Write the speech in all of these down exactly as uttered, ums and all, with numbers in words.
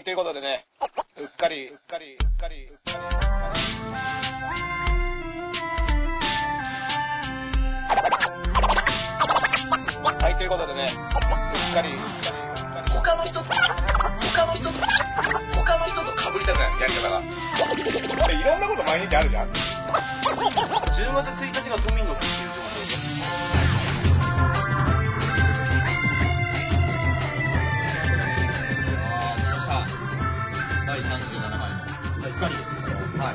ということでね、うっかりうっかりうっかりうっかりうっかりはい、ということでね、うっかりうっかりうっかり他の人と他の人と他の人と被りたくないやり方がいろんなこと毎日あるじゃん。じゅうがつついたちが都民の日っていう情報だいさんじゅうななかいのうっかりです。はい。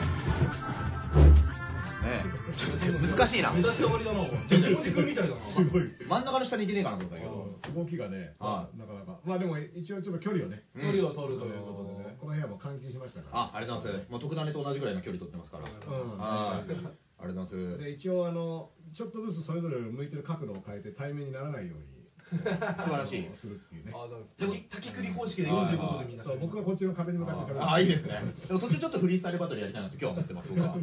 ねえ、難しいな。 目立ち上がりだな。軸みたいだな。 真ん中の下に行けねえかなと思ったけど。 動きがね、なかなか。まあでも一応ちょっと距離をね、 距離を取るということでね。 この部屋も換気しましたから。 あ、ありがとうございます。もう特ダネと同じぐらいの距離取ってますから。はい。ありがとうございます。 で一応あのちょっとずつそれぞれ向いてる角度を変えて対面にならないように。 素晴らしい。 するっていうね。 滝栗方式でよんじゅうごどでみんな。 そう、僕はこっちの壁に向かって喋る。 ああ、いいですね。でも途中ちょっとフリースタイルバトルやりたいなって今日は思ってます、僕は。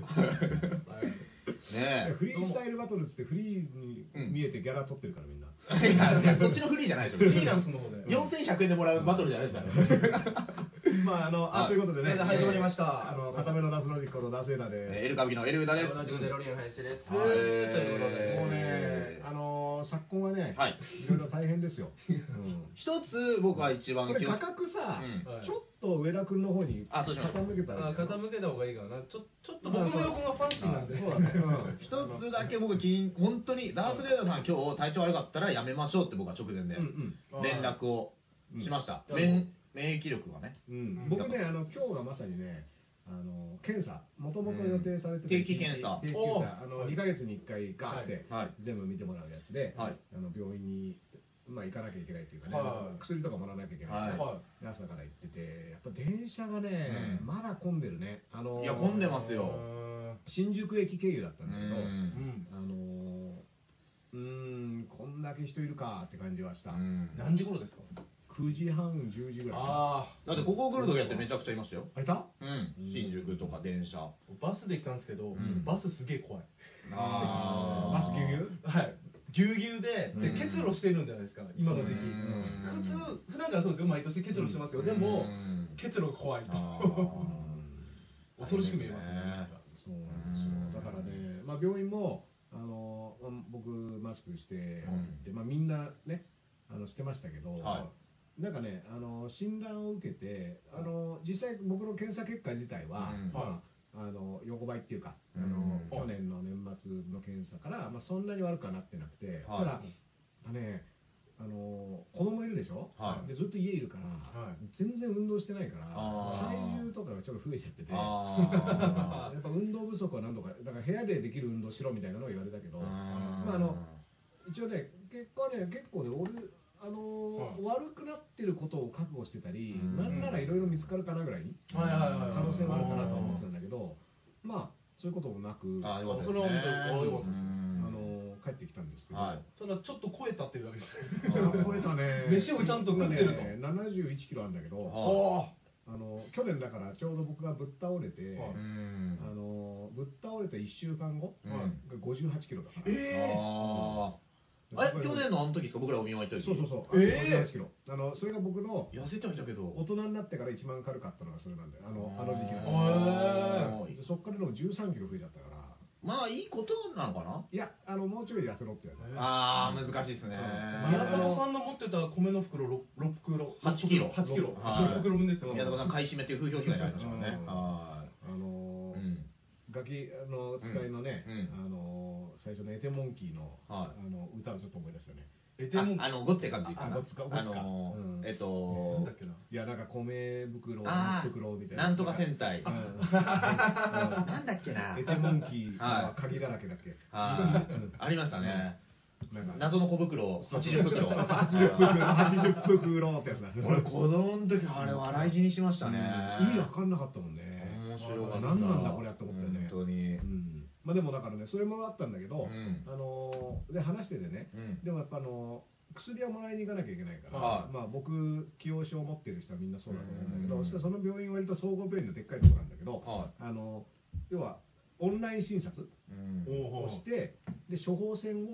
ねえ。 フリースタイルバトルってフリーに見えてギャラ取ってるからみんな。 いや、そっちのフリーじゃないでしょ。 フリーランスの方で。 よんせんひゃくえんでもらうバトルじゃないですからね。 まああの、あ、ということでね、 始まりました。 あの、固めのナスロジックのナスエダで。 エルカビのエルウダです。 同じくデロリアン林です。 ということで、もうね、あの、昨今はね、いろいろ大変ですよ。 一つ僕は一番これ価格さ、ちょっと上田君の方に傾けたら。 傾けた方がいいかな。ちょちょっと僕の横がファンシーなんで。 そうだね。 一つだけ僕本当にダースレーダーさん今日体調悪かったらやめましょうって僕は直前で連絡をしました。免疫力がね。 僕ね、あの今日がまさにね、あの検査、もともと予定されて定期検査、 定期検査、あのにかげつにいっかいガーって全部見てもらうやつで、あの病院にまあ行かなきゃいけないっていうかね、薬とかもらわなきゃいけないから朝から行ってて、やっぱ電車がねまだ混んでるね。あのいや混んでますよ。 新宿駅経由だったんだけど、あのうーんこんだけ人いるかって感じはした。 何時頃ですか？ くじはんじゅうじぐらい。 ああ、だってここ来る時やってめちゃくちゃいましたよ。 あいた？ うん、新宿とか電車。 バスで来たんですけど、バスすげえ怖い。 ああ、バスぎゅうぎゅう？ はい。ぎゅうぎゅうで、で結露してるんじゃないですか、今の時期。普通、普段からそうですよ、毎年結露してますよ。でも、結露が怖いと。恐ろしく見えますね。 そうなんですよ。だからね、まあ病院も、あの、僕マスクして、まあみんなね、あのしてましたけど、なんかね、あの診断を受けて、あの実際僕の検査結果自体は、まああの横ばいっていうか、あの去年の年末の検査からまあそんなに悪くはなってなくて、ただね、あの子供いるでしょ。でずっと家いるから全然運動してないから体重とかがちょっと増えちゃってて、やっぱ運動不足は何とか、だから部屋でできる運動しろみたいなのを言われたけど、まああの一応ね結果ね結構ね俺あのーはい、悪くなってることを覚悟してたり、なんならいろいろ見つかるかなぐらいに可能性はあるかなと思ってたんだけど、まあそういうこともなく、 あ、よかったですね。 あのー、帰ってきたんですけど、はい、 ただちょっと超えたっていうだけですね。 超えたね。 飯をちゃんと食ってると。 ね、ななじゅういちキロあるんだけど、あの去年だからちょうど僕がぶっ倒れて、あのぶっ倒れたいっしゅうかんごがごじゅうはちキロだから。 えーあれ去年のあの時ですか、僕らお見舞い行った時。 そうそうそう。ええ。ごじゅうはちキロ。あのそれが僕の痩せてはいたけど、 大人になってから一番軽かったのがそれなんだよ。あのあの時期なんで。そっからでもじゅうさんキロ増えちゃったから。 まあいいことなのかな。 いや、あのもうちょい痩せろって言われた。 ああ難しいですね。 宮迫さんの持ってた米の袋ろく袋。 はちキロ。 はちキロ。はち袋分ですよ。 宮迫さん買い占めっていう風評被害がありましたね。 あのガキの使いのね、あの最初のエテモンキーのあの歌をちょっと思い出したね。 エテモンキー、あのゴッツェ感じかな。 ゴッツかゴッツか。 えっとなんだっけな。いやなんか米袋袋みたいな。 なんとか戦隊。なんだっけな。 エテモンキーは鍵だらけだっけ。 ありましたね。謎の小袋、はちじゅう袋。 はちじゅう袋、はちじゅう袋ってやつだ。 俺子供の時あれ笑い死にしましたね。 意味わかんなかったもんね。 面白かった。 何なんだこれって思ったよね。 本当に。 まあでもだからね、それもあったんだけど、あので話しててね、でもやっぱあの薬はもらいに行かなきゃいけないから、まあ僕既往症を持ってる人はみんなそうだと思うんだけど、そしたらその病院は割と総合病院のでっかいところなんだけど、あの要はオンライン診察をして、で処方箋を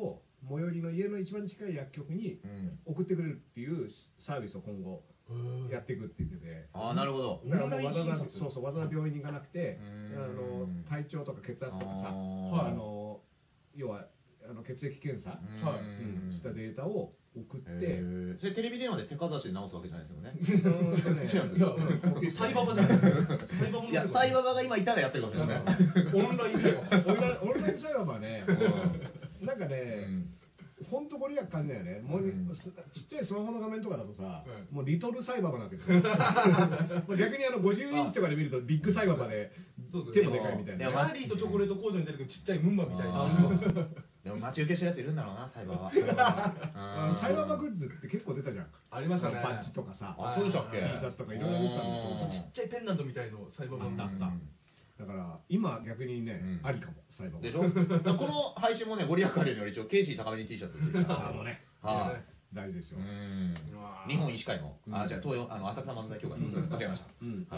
最寄りの家の一番近い薬局に送ってくれるっていうサービスを今後やっていくって言ってて、 ああなるほど。 だからもうわざわざそうそうわざわざ病院に行かなくて、あの体調とか血圧とかさ、あの要はあの血液検査したデータを送って、 それテレビ電話で手かざしで直すわけじゃないですよね。 サイババじゃない。 いやサイババが今いたらやってるかもしれない。 オンラインサイババ。 オンラインサイババはね、なんかね。本当ご利益感じだよね。もうちっちゃいスマホの画面とかだとさ、もうリトルサイババになってる。逆にあのごじゅうインチとかで見るとビッグサイババで手もでかいみたいな。 チャーリーとチョコレート工場に出てくるちっちゃいムンバみたいな。 でも待ち受けしてるやついるんだろうな、サイババ。 サイババグッズって結構出たじゃん。 ありましたね。 バッジとかさ、 あ、そうでしたっけ。 T シャツとかいろいろ出てたんですよ。 ちっちゃいペンダントみたいのサイババになった。 だから今逆にね、ありかもサイババでしょ。この配信もねご利益あるように一応ケイシー高めに T シャツ着てきた。 あのね、大事ですよ。 日本医師会のあじゃあ東洋あの浅草漫才協会の間違えました。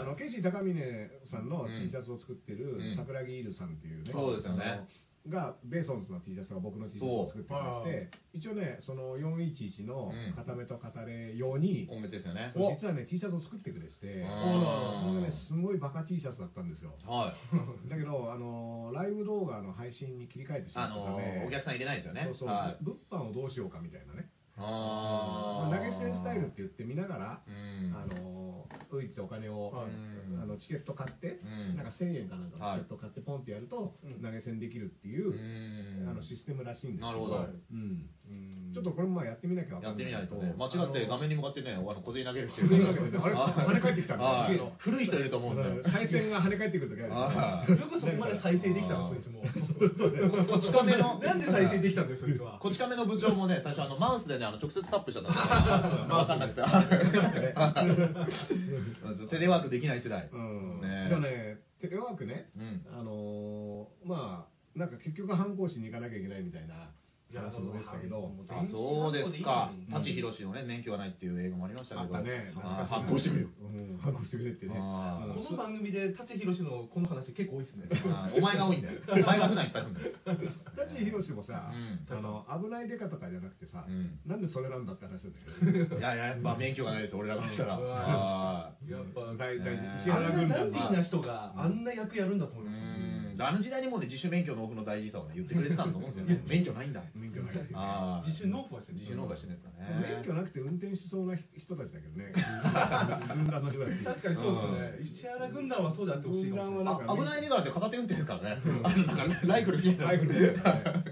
あのケイシー高峰さんの T シャツを作ってる桜木イルさんっていうね。 そうですよね。 がベーソンズの T シャツが僕の T シャツを作ってまして、一応ねそのよんいちいちの片目と片目用に音別ですよね。 実はね T シャツを作ってくれて、それがねすごいバカ T シャツだったんですよ。だけどあのライブ動画の配信に切り替えてしまったため、 お客さん入れないですよね。 そうそう。物販をどうしようかみたいなね。投げ銭スタイルって言って見ながら、あの打ってお金をあのチケット買ってなんかせんえんかなんかのチケット買ってポンってやると投げ銭できるっていうあのシステムらしいんですけど、 なるほど。 ちょっとこれもまあやってみなきゃ分かんない。 やってみないとね。間違って画面に向かってね、あの小銭投げる人いる。あれ跳ね返ってきたんだ。 古い人いると思うんで。 再生が跳ね返ってくる時ある。 よくそこまで再生できたのそいつも。 こち亀のなんで再生できたんだよそいつは。 こち亀の部長もね最初あのマウスでねあの直接タップしちゃったんですよ。まあわかんなくて。テレワークできない世代。 ね。だねテレワークね。あのまあなんか結局反抗しに行かなきゃいけないみたいな。話もでしたけど、 あ、そうですか。舘ひろしのね免許がないっていう映画もありましたけど、反抗してくれよ。 反抗してくれってね。この番組で舘ひろしのこの話結構多いですね。 お前が多いんだよ。お前が普段いっぱいするんだよ。 舘ひろしもさ、あの危ないデカとかじゃなくてさ、なんでそれなんだって話なんだけど。 いやいややっぱ免許がないです俺らからしたら。 やっぱ大大事。 石原軍団ダンディーな人があんな役やるんだと思いました。 あの時代にもね自主免許納付の大事さをね言ってくれてたんだと思うんですよね。免許ないんだ。 免許ない。 自主納付はしてる。 自主納付はしてるんですかね。 免許なくて運転しそうな人たちだけどね。軍団の人たち。 確かにそうですね。石原軍団はそうであってほしいかもしれない。 危ないねがらって片手運転ですからね。なんかライフルみたいな。 ライフルみたいな。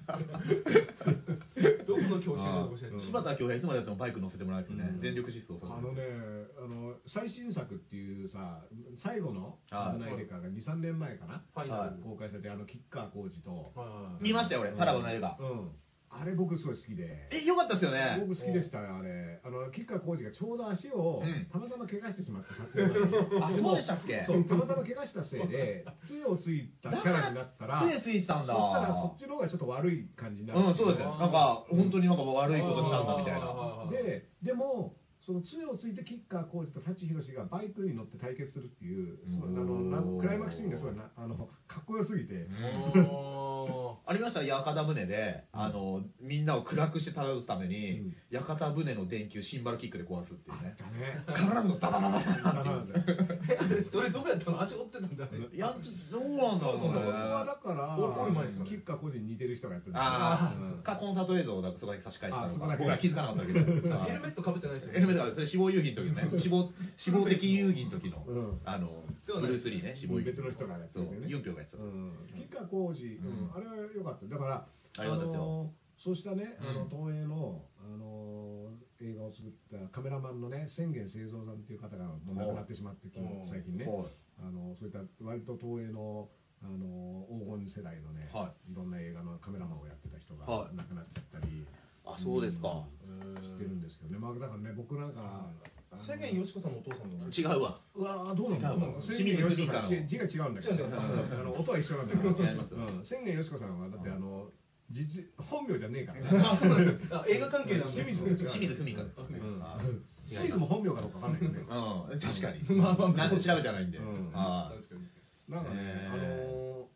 どこの教師なのかしら。 柴田恭平いつまでやってもバイク乗せてもらえてね全力疾走。 あのねあの最新作っていうさ最後の危ないデカがにさんねんまえかな公開されてあの吉川晃司と見ましたよ俺さらばの映画。 あれ僕すごい好きで。 え、よかったですよね。 僕好きでしたよ、あれ。あの、吉川晃司がちょうど足を、たまたま怪我してしまった撮影前に。あ、そうでしたっけ？ そう、たまたま怪我したせいで、杖をついたキャラになったら、 杖ついたんだ。 そしたらそっちの方がちょっと悪い感じになる。 うん、そうですよ。なんか、本当になんか悪いことしたんだみたいな。 で、でも、その杖をついて吉川晃司と舘ひろしがバイクに乗って対決するっていう、そのあのクライマックスシーンがすごいなあのかっこよすぎて。 ありました屋形船で、あのみんなを暗くして倒すために、屋形船の電球シンバルキックで壊すっていうね。体のダダダダダダってそれどうやったの？足折ってたんだ。 いやどうなんだろうね。 そこはだから吉川晃司に似てる人がやってる。 ああ。かコンサート映像をそこだけ差し替えてたのか。僕ら気づかなかったけど。 ヘルメット被ってないですよ。 ヘルメットはそれ死亡遊戯の時のね。死亡死亡的遊戯の時のあのブルース・リーね。死亡遊戯。 別の人がやってるね。 ユンピョウがやってた。 吉川晃司あれは良かった。だからあのそうしたねあの東映のあの映画を作ったカメラマンのね千元清三さんっていう方がもう亡くなってしまって最近ねあのそういった割と東映のあの黄金世代のねいろんな映画のカメラマンをやってた人が亡くなっちゃったり。 あ、そうですか。 してるんですけどね。まあだからね、僕なんか千元よしこさんのお父さんの違うわ。 うわどうなんだろう。 清水邦香の字が違うんだけど、あの音は一緒なんだけど。千元よしこさんはだってあの実本名じゃねえから。 あ、そうなんです。映画関係なんで。 清水清水邦香です。 清水も本名かどうかわかんないよね。 うん、確かに。まあまあなんで調べてないんで。 ああ、確かに。なんかね、あの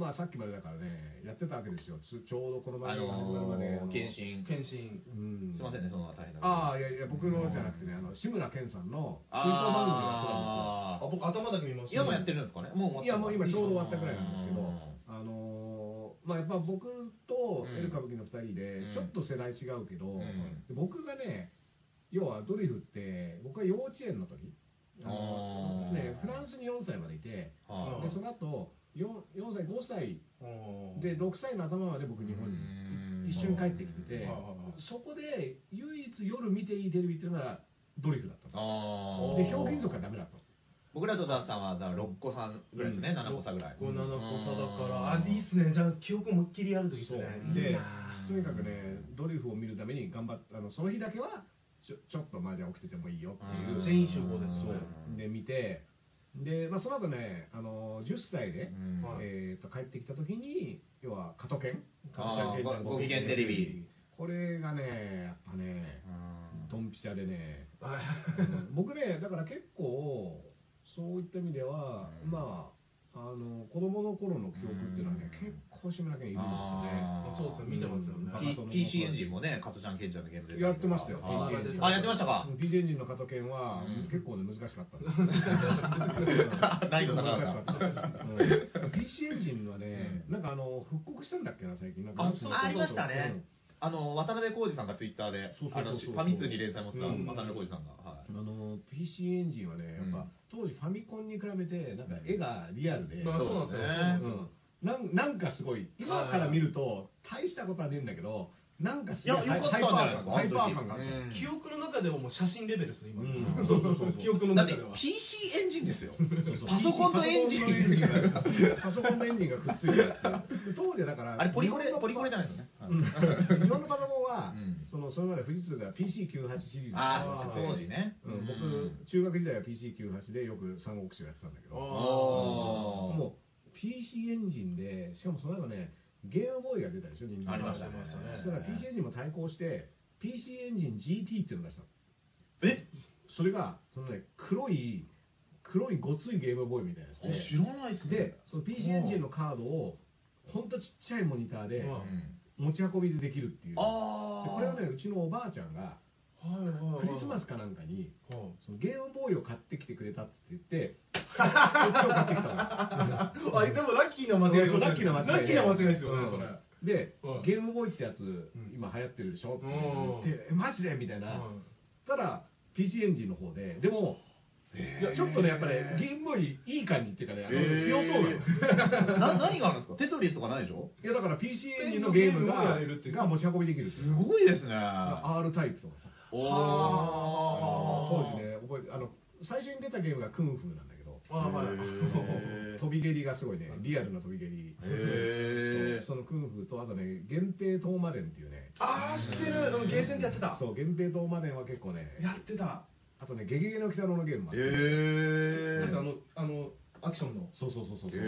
まあさっきまでだからねやってたわけですよ。ちょうどこのあ番組が始まるまでのー、検診検診。 うん、 すいませんねその大変なああいやいや僕のじゃなくてねあの志村けんさんの空港番組をやってたんですよ。 ああ、僕頭だけ見ました。 今もやってるんですかね。もう終わった。 いやもう今ちょうど終わったぐらいなんですけど、あのー、まあやっぱ僕とエル歌舞伎のふたりでちょっと世代違うけど、 うん、 僕がね要はドリフって僕は幼稚園の時あのねフランスによんさいまでいて、でその後 4, 4歳ごさいでろくさいの頭まで僕日本に一緒に帰ってきてて、そこで唯一夜見ていいテレビっていうのがドリフだったんです。で表現族がダメだったの。 僕らとダースさんはろっこさんぐらいですね、うん、ななこさぐらい。 ろっこななこさだから、あ、いいっすね。じゃあ記憶もっきりあるときですね。 で、とにかくね、ドリフを見るために頑張って、あのその日だけはちょちょっとまあじゃあ起きててもいいよっていう。 全員集合です。 そうで見て、でまあその後ね、あのじゅっさいで、うん、えっと帰ってきた時に要は加藤健、加藤健ご機嫌テレビ。 これがねやっぱね、ドンピシャでね、僕ねだから結構。そういった意味では、うん、まあ、あの子供の頃の記憶っていうのはね、うん、結構志村けんいるんですよね。 そうですよ、見てますよね。 ピーシー エンジンもね、加トちゃん、ケンちゃんのゲームでやってましたよ。 あ、やってましたか。 ピーシー エンジンの加トケンは、うん、結構ね難しかったんです。 難易度高かった。 ピーシー エンジンはね、なんかあの復刻したんだっけな最近。なんかあ、ありましたね。あの渡辺浩二さんがツイッターで、ファミ通に連載もした渡辺浩二さんが。 あの ピーシー エンジンはね、やっぱ当時ファミコンに比べてなんか絵がリアルで、 まあそうなんですよ。 なんなんかすごい今から見ると大したことはねえんだけど。なんかすごいハイパー感がある。 記憶の中でももう写真レベルですね今。 そうそうそう。 記憶の中では。 だって ピーシー エンジンですよ。パソコンのエンジンがパソコンのエンジンがくっついてる。当時だからあれポリコレポリコレじゃないですよね。日本のパソコンはそのそれまで富士通が ピーシーきゅうじゅうはち シリーズ。 ああ当時ね。 僕中学時代は ピーシーきゅうじゅうはち でよく三国志をやってたんだけど。もう ピーシー エンジンでしかもその後ね。ゲームボーイが出たでしょ、 ありましたね。 そしたら ピーシー エンジンも対抗して ピーシー エンジン ジーティー っていうのを出したの。 え？ それがそのね黒い黒いごついゲームボーイみたいなやつで。 知らないっすね。 で、その ピーシー エンジンのカードをほんとちっちゃいモニターで持ち運びでできるっていう。でこれはねうちのおばあちゃんがクリスマスかなんかにそのゲームボーイを買ってきてくれたって言ってこっちを買ってきたの。 あでもラッキーな間違い。 ラッキーな間違い。 ラッキーな間違いですよねそれ。 でゲームボーイってやつ今流行ってるでしょって言ってえマジでみたいな。ただ ピーシー エンジンの方ででもいやちょっとねやっぱりゲームボーイいい感じっていうかね強そうなの。何があるんですか。テトリスとかないでしょ。 いやだから ピーシー エンジンのゲームがが持ち運びできる。 すごいですね。 R タイプとかさ。 お当時ね覚えてあの最初に出たゲームがクンフーなんだけど、飛び蹴りがすごいねリアルな飛び蹴り。そのクンフーとあとね源平東馬伝っていうね。 ああ知ってる。ゲーセンでやってた。 そう源平東馬伝は結構ねやってた。 あとねゲゲゲの鬼太郎のゲームもあって。 へえ。 あのあのアクションの。 そうそうそうそう。 そう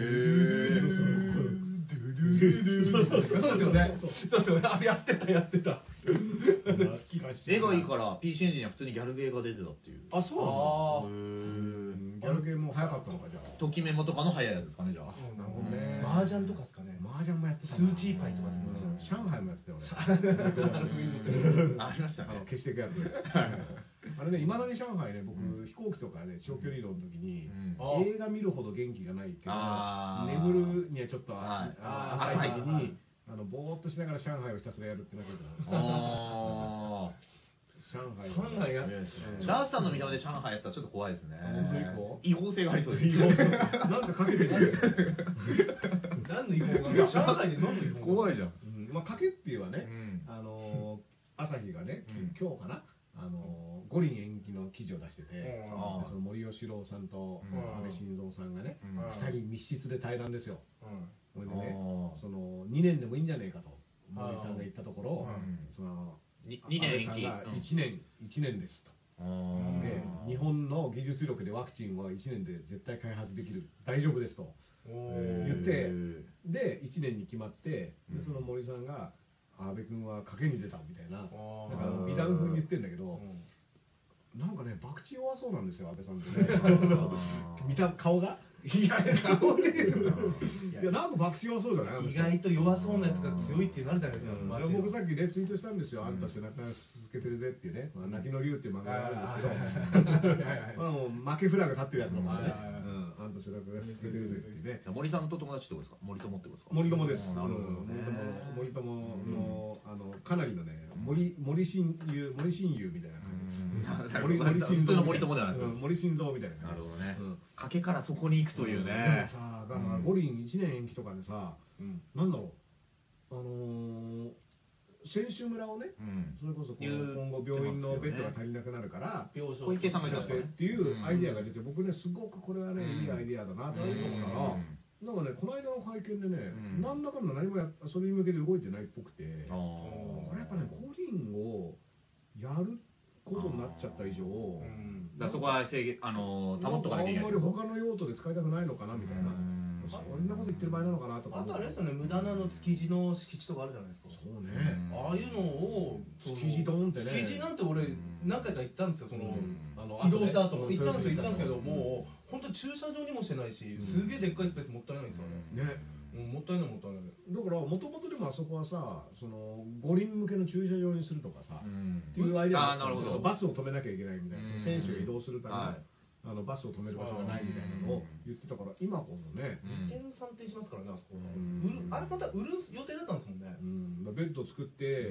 ですよね。そうですよね。あれやってたやってた。 絵がいいから ピーシー エンジンには普通にギャルゲーが出てたっていう。 あそうなんだ。ギャルゲーも早かったのかじゃあ。 ときメモとかの早いやつですかねじゃあ。 なるほどね。 麻雀とかですかね。 麻雀もやってた。 スーチーパイとかって言ってました。上海もやってたよね。 ありましたね。 消していくやつ。あれね、いまだに上海ね、僕、飛行機とかね、長距離移動の時に、映画見るほど元気がないけど、眠るにはちょっと浅い時に、あのぼーっとしながら上海をひたすらやるってなってると思うんです。上海上海やってダースさんの見た目で上海やったらちょっと怖いですね。 本当に違法性がありそうです。 なんかかけてない。 何の違法が？上海で何の違法？ 怖いじゃん。 まあかけっていうはね、あの朝日がね今日かな。あの五輪延期の記事を出してて、その森喜朗さんと安倍晋三さんがね、ふたり密室で対談ですよ。それでね、そのにねんでもいいんじゃねえかと森さんが言ったところ、そのにねん延期がいちねんいちねんですと。で日本の技術力でワクチンはいちねんで絶対開発できる大丈夫ですと言ってでいちねんに決まってでその森さんが安倍君は賭けに出たみたいな、なんか美談風に言ってるんだけど、なんかね、博打弱そうなんですよ、安倍さんってね。見た顔が。 いや、顔で言ういや、なんか爆笑そうじゃない？ 意外と弱そうなやつが強いってなるじゃないですか。 僕さっきね、ツイートしたんですよ。あんた背中続けてるぜっていうね。泣きの竜っていう漫画があるんですけど、もう負けフラグ立ってるやつのもね。あんた背中が続けてるぜっていうね。 森さんと友達ってことですか？森友ってことですか？ 森友です。 なるほど。 森友の、あの、かなりのね、森、森親友、森親友みたいな感じ。森、森親友。森友ではなく。 森親友みたいな。 なるほどね。賭けからそこに行くというね。 さあ、だから五輪いちねん延期とかでさ、なんだろう、あの、選手村をね、それこそ今後病院のベッドが足りなくなるから、 小池さんが言ってましたっていうアイディアが出て、僕ね、すごくこれはね、いいアイディアだなと思ったら、なんかね、この間の会見でね、何らかの何もやそれに向けて動いてないっぽくて、これやっぱね、五輪をやることになっちゃった以上、 だそこは制限、あの、保っとかなきゃいけない。 あんまり他の用途で使いたくないのかなみたいな。そんなこと言ってる場合なのかなとか。 あとあれですよね、無駄なの築地の敷地とかあるじゃないですか。 そうね。 ああいうのを築地ドーンってね。 築地なんて俺何回か行ったんですよ。そのあの移動した後も行ったんですよ行ったんですけど、もう本当駐車場にもしてないし、すげえでっかいスペースもったいないんですよね。ね。もったいないもったいない。 だからもともとでもあそこはさ、その五輪向けの駐車場にするとかさ、っていうアイデアがあったんですけど、バスを止めなきゃいけないみたいな、選手が移動するための。あのバスを止める場所がないみたいなのを言ってたから、今こそね、 にてんさんてんしますからね、あそこは。あれ、また売る予定だったんですもんね。 ベッド作って、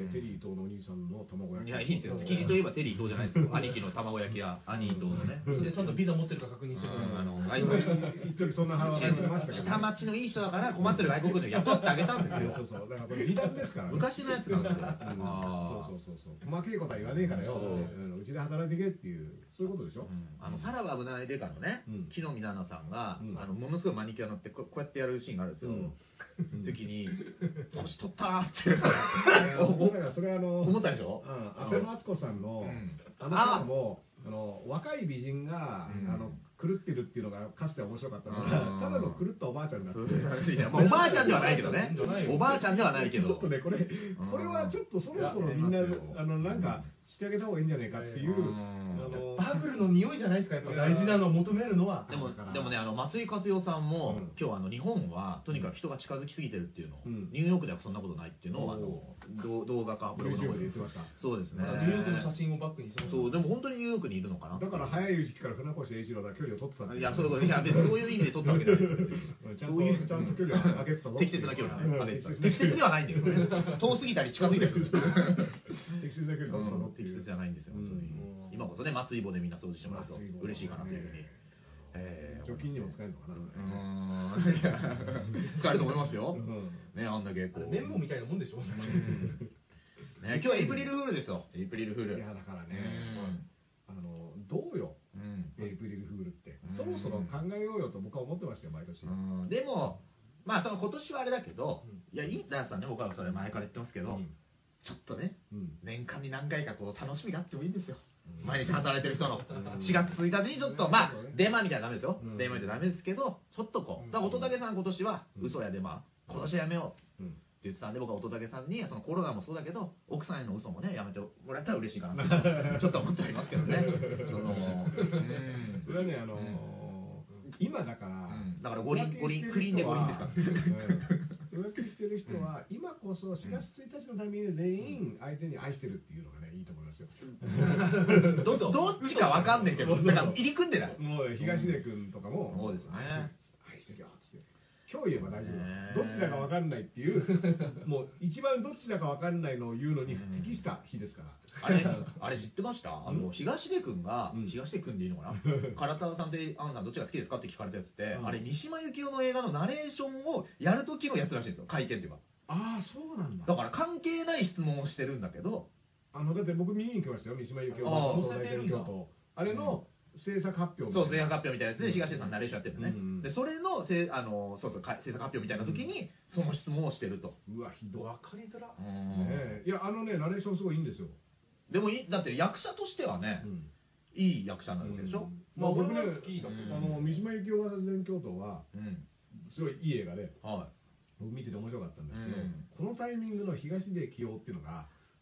テリー党のお兄さんの卵焼き。 いや、いいんですよ。築地といえばテリー党じゃないですよ。兄貴の卵焼きや、兄党のね。 それでちゃんとビザ持ってるか確認してる。 あの、 一時そんな話がしましたけど。 下町のいい人だから困ってる外国人を雇ってあげたんですよ。 そうそう。だからこれ美談ですから。 昔のやつなんですよ。 そうそうそうそう。細けいことは言わねえからよ。うちで働いてけっていう、そういうことでしょ。 あの、さらば危ないデカのね、木の実奈々さんが、あの、ものすごいマニキュア乗ってこうやってやるシーンがあるんですよ。時に、年取ったーって。 それはあの、 思ったでしょ？ 浅野敦子さんの、あの方も、あの、若い美人が、あの、狂ってるっていうのがかつて面白かったのが、ただの狂ったおばあちゃんになって。 おばあちゃんではないけどね。おばあちゃんではないけど。 ちょっとね、これ、これはちょっとそろそろみんな、あの、なんか、してあげた方がいいんじゃないかっていう、 バブルの匂いじゃないですか、やっぱ大事なのを求めるのは。 でも、でもね、あの、松井勝代さんも、今日あの、日本は、とにかく人が近づきすぎてるっていうのを、ニューヨークではそんなことないっていうのを、あの、動画か、 ブログの方で言ってました。 そうですね。 ニューヨークの写真をバックにしてそう、でも本当にニューヨークにいるのかな。 だから早い時期から船越英一郎が距離を取ってたんいや、そういうこと、いや、別にそういう意味で取ったわけじゃないです。 ちゃんと、ちゃんと距離を上げてたぞ。 適切な距離を上げてた。適切ではないんだけどね。遠すぎたり近づいたりする。 適切な距離を取ったぞ。 適切じゃないんですよ、本当に。今こそね、松井棒でみんな掃除してもらうと嬉しいかなというふうに。 除菌にも使えるのかな。 うん。いや、使えると思いますよ。ね、あんだけこう。 綿棒みたいなもんでしょ。 ね、今日はエイプリルフールですよ。エイプリルフール。 いや、だからね、あの、どうよ。エイプリルフールって。そろそろ考えようよと僕は思ってましたよ、毎年。 でも、まあ、その今年はあれだけど、いや、いいダンスさんね、僕はそれ前から言ってますけど、ちょっとね、年間に何回かこう楽しみがあってもいいんですよ。毎日働いてる人の。しがつついたちにちょっと、まあ、デマみたいなダメですよ。デマみたいなダメですけど、ちょっとこう。だから乙武さん今年は、嘘やデマ、今年やめようって言ってたんで、僕は乙武さんに、そのコロナもそうだけど、奥さんへの嘘もね、やめてもらえたら嬉しいかなって、ちょっと思っておりますけどね。 それはね、あの、今だから、 だから五輪、五輪、クリーンで五輪ですか。 浮気してる人は、今こそしがつついたちのために全員相手に愛してるっていうのがね、いいと思いますよ。 どどっちかわかんないけど、だから入り組んでない。 もう東出君とかも、 そうですね。 愛してるよって。今日言えば大丈夫。どっちだかわかんないっていう、もう一番どっちだかわかんないのを言うのに適した日ですから。 あれ、あれ知ってました？あの、東出君が、東出君でいいのかな？唐田さんとアンさんどっちが好きですかって聞かれたやつって、あれ、三島由紀夫の映画のナレーションをやるときのやつらしいんですよ、会見っていうか。 ああ、そうなんだ。 だから関係ない質問をしてるんだけど、 あの、だって僕見に行きましたよ、三島由紀夫の東大天京都。あれの、制作発表そう、制作発表みたいなやつで、東出さんナレーションやってるのね。で、それの、せあの、そうそう、制作発表みたいな時に、その質問をしてると。 うわ、ひどい。 わかりづら。 いや、あのね、ナレーションすごいいいんですよ。 でも、だって役者としてはね、いい役者なわけでしょ。 まあ僕ね、あの、三島由紀夫が殺人京都は、すごいいい映画で、僕見てて面白かったんですけど、このタイミングの東出清っていうのが、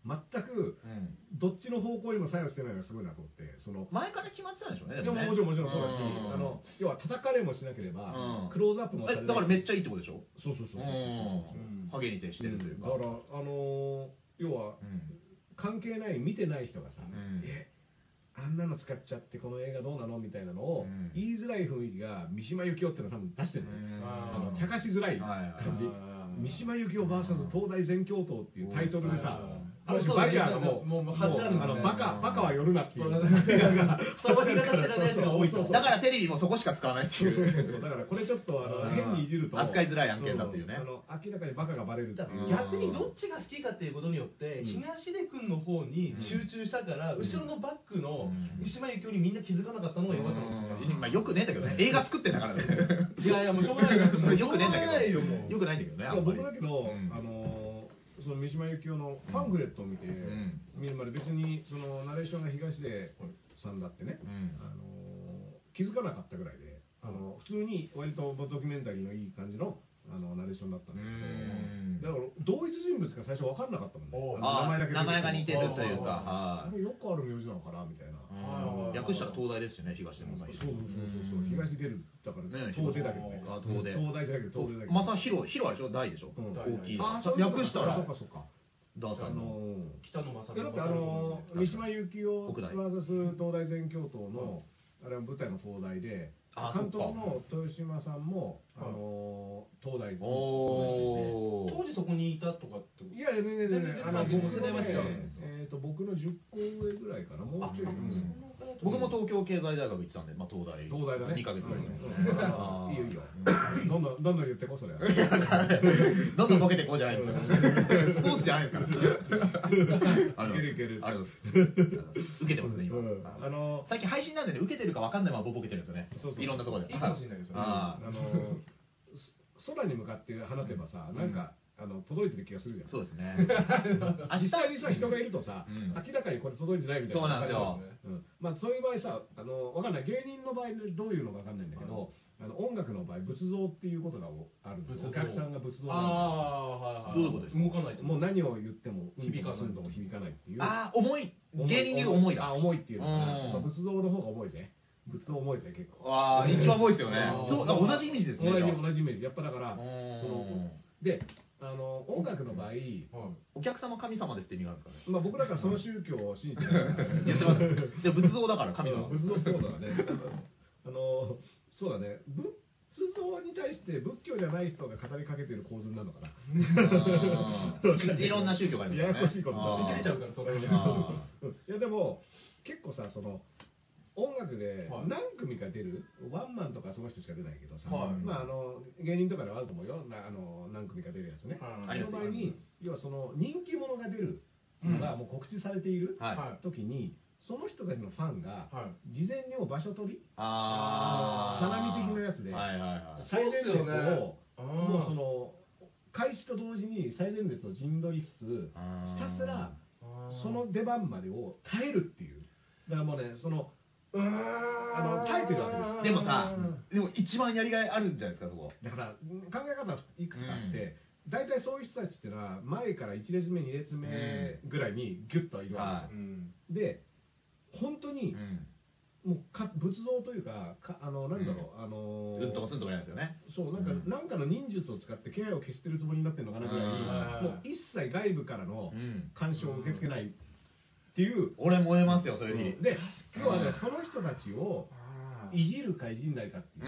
全くどっちの方向にも作用してないのがすごいなと思って、その前から決まってたんでしょうね。 でももちろんもちろんそうだし、あの要は叩かれもしなければクローズアップもされない。 だからめっちゃいいってことでしょ。 そうそうそうそう。 ハゲに徹してるというか。 だからあの要は関係ない見てない人がさ、えあんなの使っちゃってこの映画どうなのみたいなのを言いづらい雰囲気が三島由紀夫っていうのを多分出してるの。あの茶化しづらい感じ。三島由紀夫 ブイエス 東大全教頭っていうタイトルでさ、ある種バリアがもう、もう、あの、バカ、バカは寄るなっていう。その日が知らないやつが多いと。 だからテレビもそこしか使わないっていう。 そうそうそう。だからこれちょっと、あの、変にいじると。 扱いづらい案件だっていうね。 あの、明らかにバカがバレるっていう。 逆にどっちが好きかっていうことによって、東出君の方に集中したから、後ろのバックの三島由紀夫にみんな気づかなかったのが良かったんですよ。 まあよくねえんだけどね。映画作ってんだからね。 いやいや、もうしょうがないから。 よくねえんだけど。よくないんだけどね。 僕だけど、あの、その三島由紀夫のパンフレットを見て見るまで別にそのナレーションが東出さんだってね、あの気づかなかったぐらいで、あの普通に割とドキュメンタリーのいい感じのあのナレーションだったんだけど、だから同一人物が最初分かんなかったもんね。 名前だけ名前が似てるというか、 よくある名字なのかなみたいな。 訳したら東大ですよね、東出もさん。 そうそうそうそう、東出るだから東出だけどね。東大じゃなくて東出だけど。 まさひろ、ひろあれでしょ、大でしょ。大きい。 あ、 訳したら。 そうかそうか。 ダーさんの北野正だってあの三島由紀夫 ブイエス 東大全教頭のあれは舞台も東大で、監督の豊島さんもあの東大で、 当時そこにいたとかって。 いやいや全然全然、あの僕のね、えっと僕のじゅっこ上ぐらいかな、もうちょい。 僕も東京経済大学行ってたんで、まあ東大。 東大だね。 にかげつぐらい。 いいよいいよ。どんどんどんどん言ってこそれ。どんどんボケてこうじゃないんですよ。スポーツじゃないですから。 いけるいける。 ありがとうございます。受けてますね今。あの最近配信なんでね、受けてるかわかんないままボケてるんですよね。いろんなところで。 いいかもしれないですよね。 あの空に向かって話せばさ、なんか。あの届いてる気がするじゃん。 そうですね。 実際にさ人がいるとさ、明らかにこれ届いてないみたいな。 そうなんですよ。 まあそういう場合さ、あのわかんない芸人の場合でどういうのかわかんないんだけど、あの音楽の場合仏像っていうことがあるんですよ。お客さんが仏像なんです。 ああ、はいはい。どういうことですか。動かないと。 もう何を言っても響かすんとも響かないっていう。 ああ、重い。芸人でいう重いだ。 あ、重いっていうのかな。仏像の方が重いぜ。仏像重いぜ結構。 ああ、一番重いですよね。そう、同じイメージですね。 同じ同じイメージ。やっぱだからそので。あの音楽の場合、 お客様神様ですって意味があるんですかね。 まあ僕らからその宗教を信じてるから言ってます。で仏像だから神様。 仏像そうだね。あのそうだね。仏像に対して仏教じゃない人が語りかけてる構図なのかな。 いろんな宗教がありますね。 ややこしいことになっちゃうからそれ。いやでも結構さその。音楽で何組か出る、ワンマンとかその人しか出ないけどさ、まああの芸人とかではあると思うよ、あの何組か出るやつね。その場合に要はその人気者が出るのがもう告知されている時に、その人たちのファンが事前にも場所取り、花見的なやつで最前列をもうその開始と同時に最前列を陣取りつつ、ひたすらその出番までを耐えるっていう。だからもうねそのあの耐えてるわけです。 でもさ、でも一番やりがいあるんじゃないですかそこ。 だから考え方はいくつかあって、大体そういう人たちっていうのは前からいち列目に列目ぐらいにギュッといるわけですよ。で本当にもうか仏像というかかあのなんだろうあのうんともすんともないですよね。 そうなんかなんかの忍術を使って気配を消してるつもりになってるのかなぐらい、もう一切外部からの干渉を受け付けない。っていう俺燃えますよそういう日で要はねその人たちをいじるかいじんないかっていう、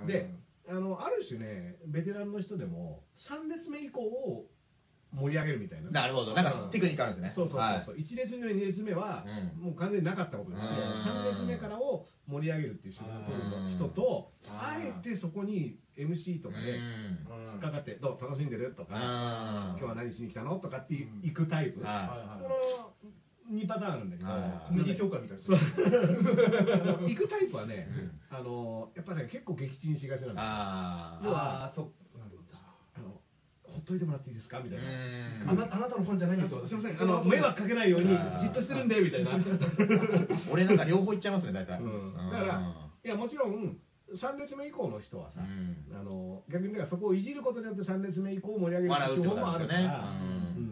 であのある種ねベテランの人でもさん列目以降を盛り上げるみたいな。 なるほど、なんかテクニックあるんですね。 そうそうそうそう、いち列目に列目はもう完全になかったことですけど、さん列目からを盛り上げるっていう手法を取る人と、あえてそこに エムシー とかで引っかかって「どう楽しんでる?」とか「今日は何しに来たの?」とかって行くタイプ、このにパターンあるんだけど、 コメディ協会みたいな。 行くタイプはね、あのやっぱね結構撃沈しがちなんですよ。要はほっといてもらっていいですかみたいな。 あなたのファンじゃないんですよ。 すみません、あの迷惑かけないようにじっとしてるんでみたいな。 俺なんか両方行っちゃいますね大体。だからいやもちろんさん列目以降の人はさ、あの逆にそこをいじることによってさん列目以降を盛り上げる手法もあるから。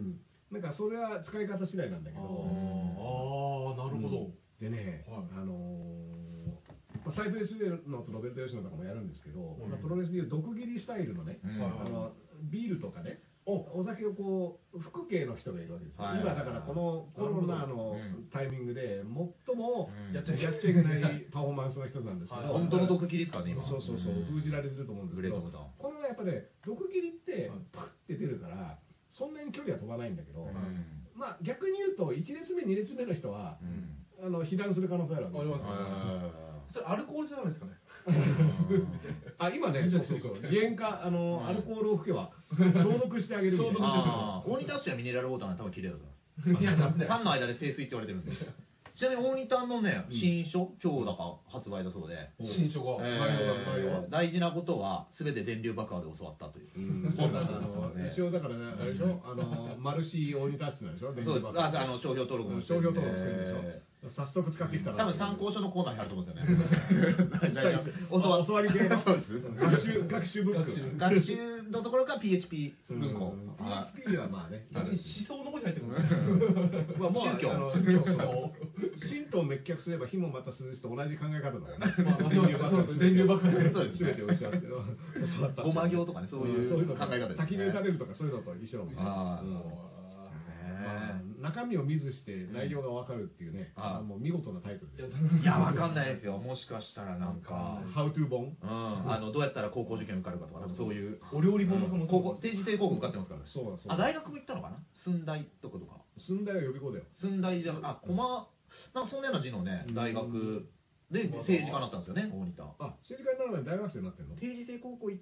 なんかそれは使い方次第なんだけど、 ああなるほど。 でね、あのサイプレスのロベルト・ヨシノとかもやるんですけど、プロレスでいう毒斬りスタイルのね、あのビールとかね、お酒をこう吹く系の人がいるわけですよ。今だからこのコロナのタイミングで最もやっちゃいけないパフォーマンスの一つなんですけど、 本当の毒斬りですかね今。 そうそうそう、封じられてると思うんですけど、これはやっぱね毒斬りってパッて出るからそんなに距離は飛ばないんだけど、まあ逆に言うといち列目に列目の人はあの被弾する可能性あるわけですよ。 それアルコールじゃないですかね。 あ、今ね、そうそうそう、自煙化、あの、アルコールを吹けば消毒してあげるみたいな。 大仁田氏はミネラルウォーターなんて多分綺麗だから。いや、ファンの間で清水って言われてるんで。ちなみに大仁田のね、新書、今日だか発売だそうで。 新書が。 大事なことは、すべて電流爆破で教わったという。本だったんですよね。 一応だからね、あれでしょ、あの、マルシー大仁田氏なんでしょ、電流爆破。そう、あの、商標登録も。 商標登録してるんでしょ。早速使ってきたら多分参考書のコーナーにあると思うんですよね。 教わり系の学習学習ブック学習のところが ピーエイチピー 文庫。 ピーエイチピー はまあね、 思想の方に入ってくるんですね。 まあ宗教。 神道滅却すれば火もまた涼しと同じ考え方だよね。電流爆破で全て教わって。 ごま行とかね、そういう考え方です。 滝に打たれるとかそういうのと一緒なんですよ。中身を見ずして内容が分かるっていうね、もう見事なタイトルです。 いや、分かんないですよ。もしかしたらなんか、 How to 本、 あのどうやったら高校受験受かるかとか、そういうお料理本の可能性、 高校定時制高校受かってますから。 そうそう。 あ、大学も行ったのかな？駿大とかとか。 駿大は予備校だよ。 駿大じゃあ、駒なんかそんなような字のね大学で政治家になったんですよね、大仁田。 あ、政治家になる前に大学生になってんの？ 定時制高校行って、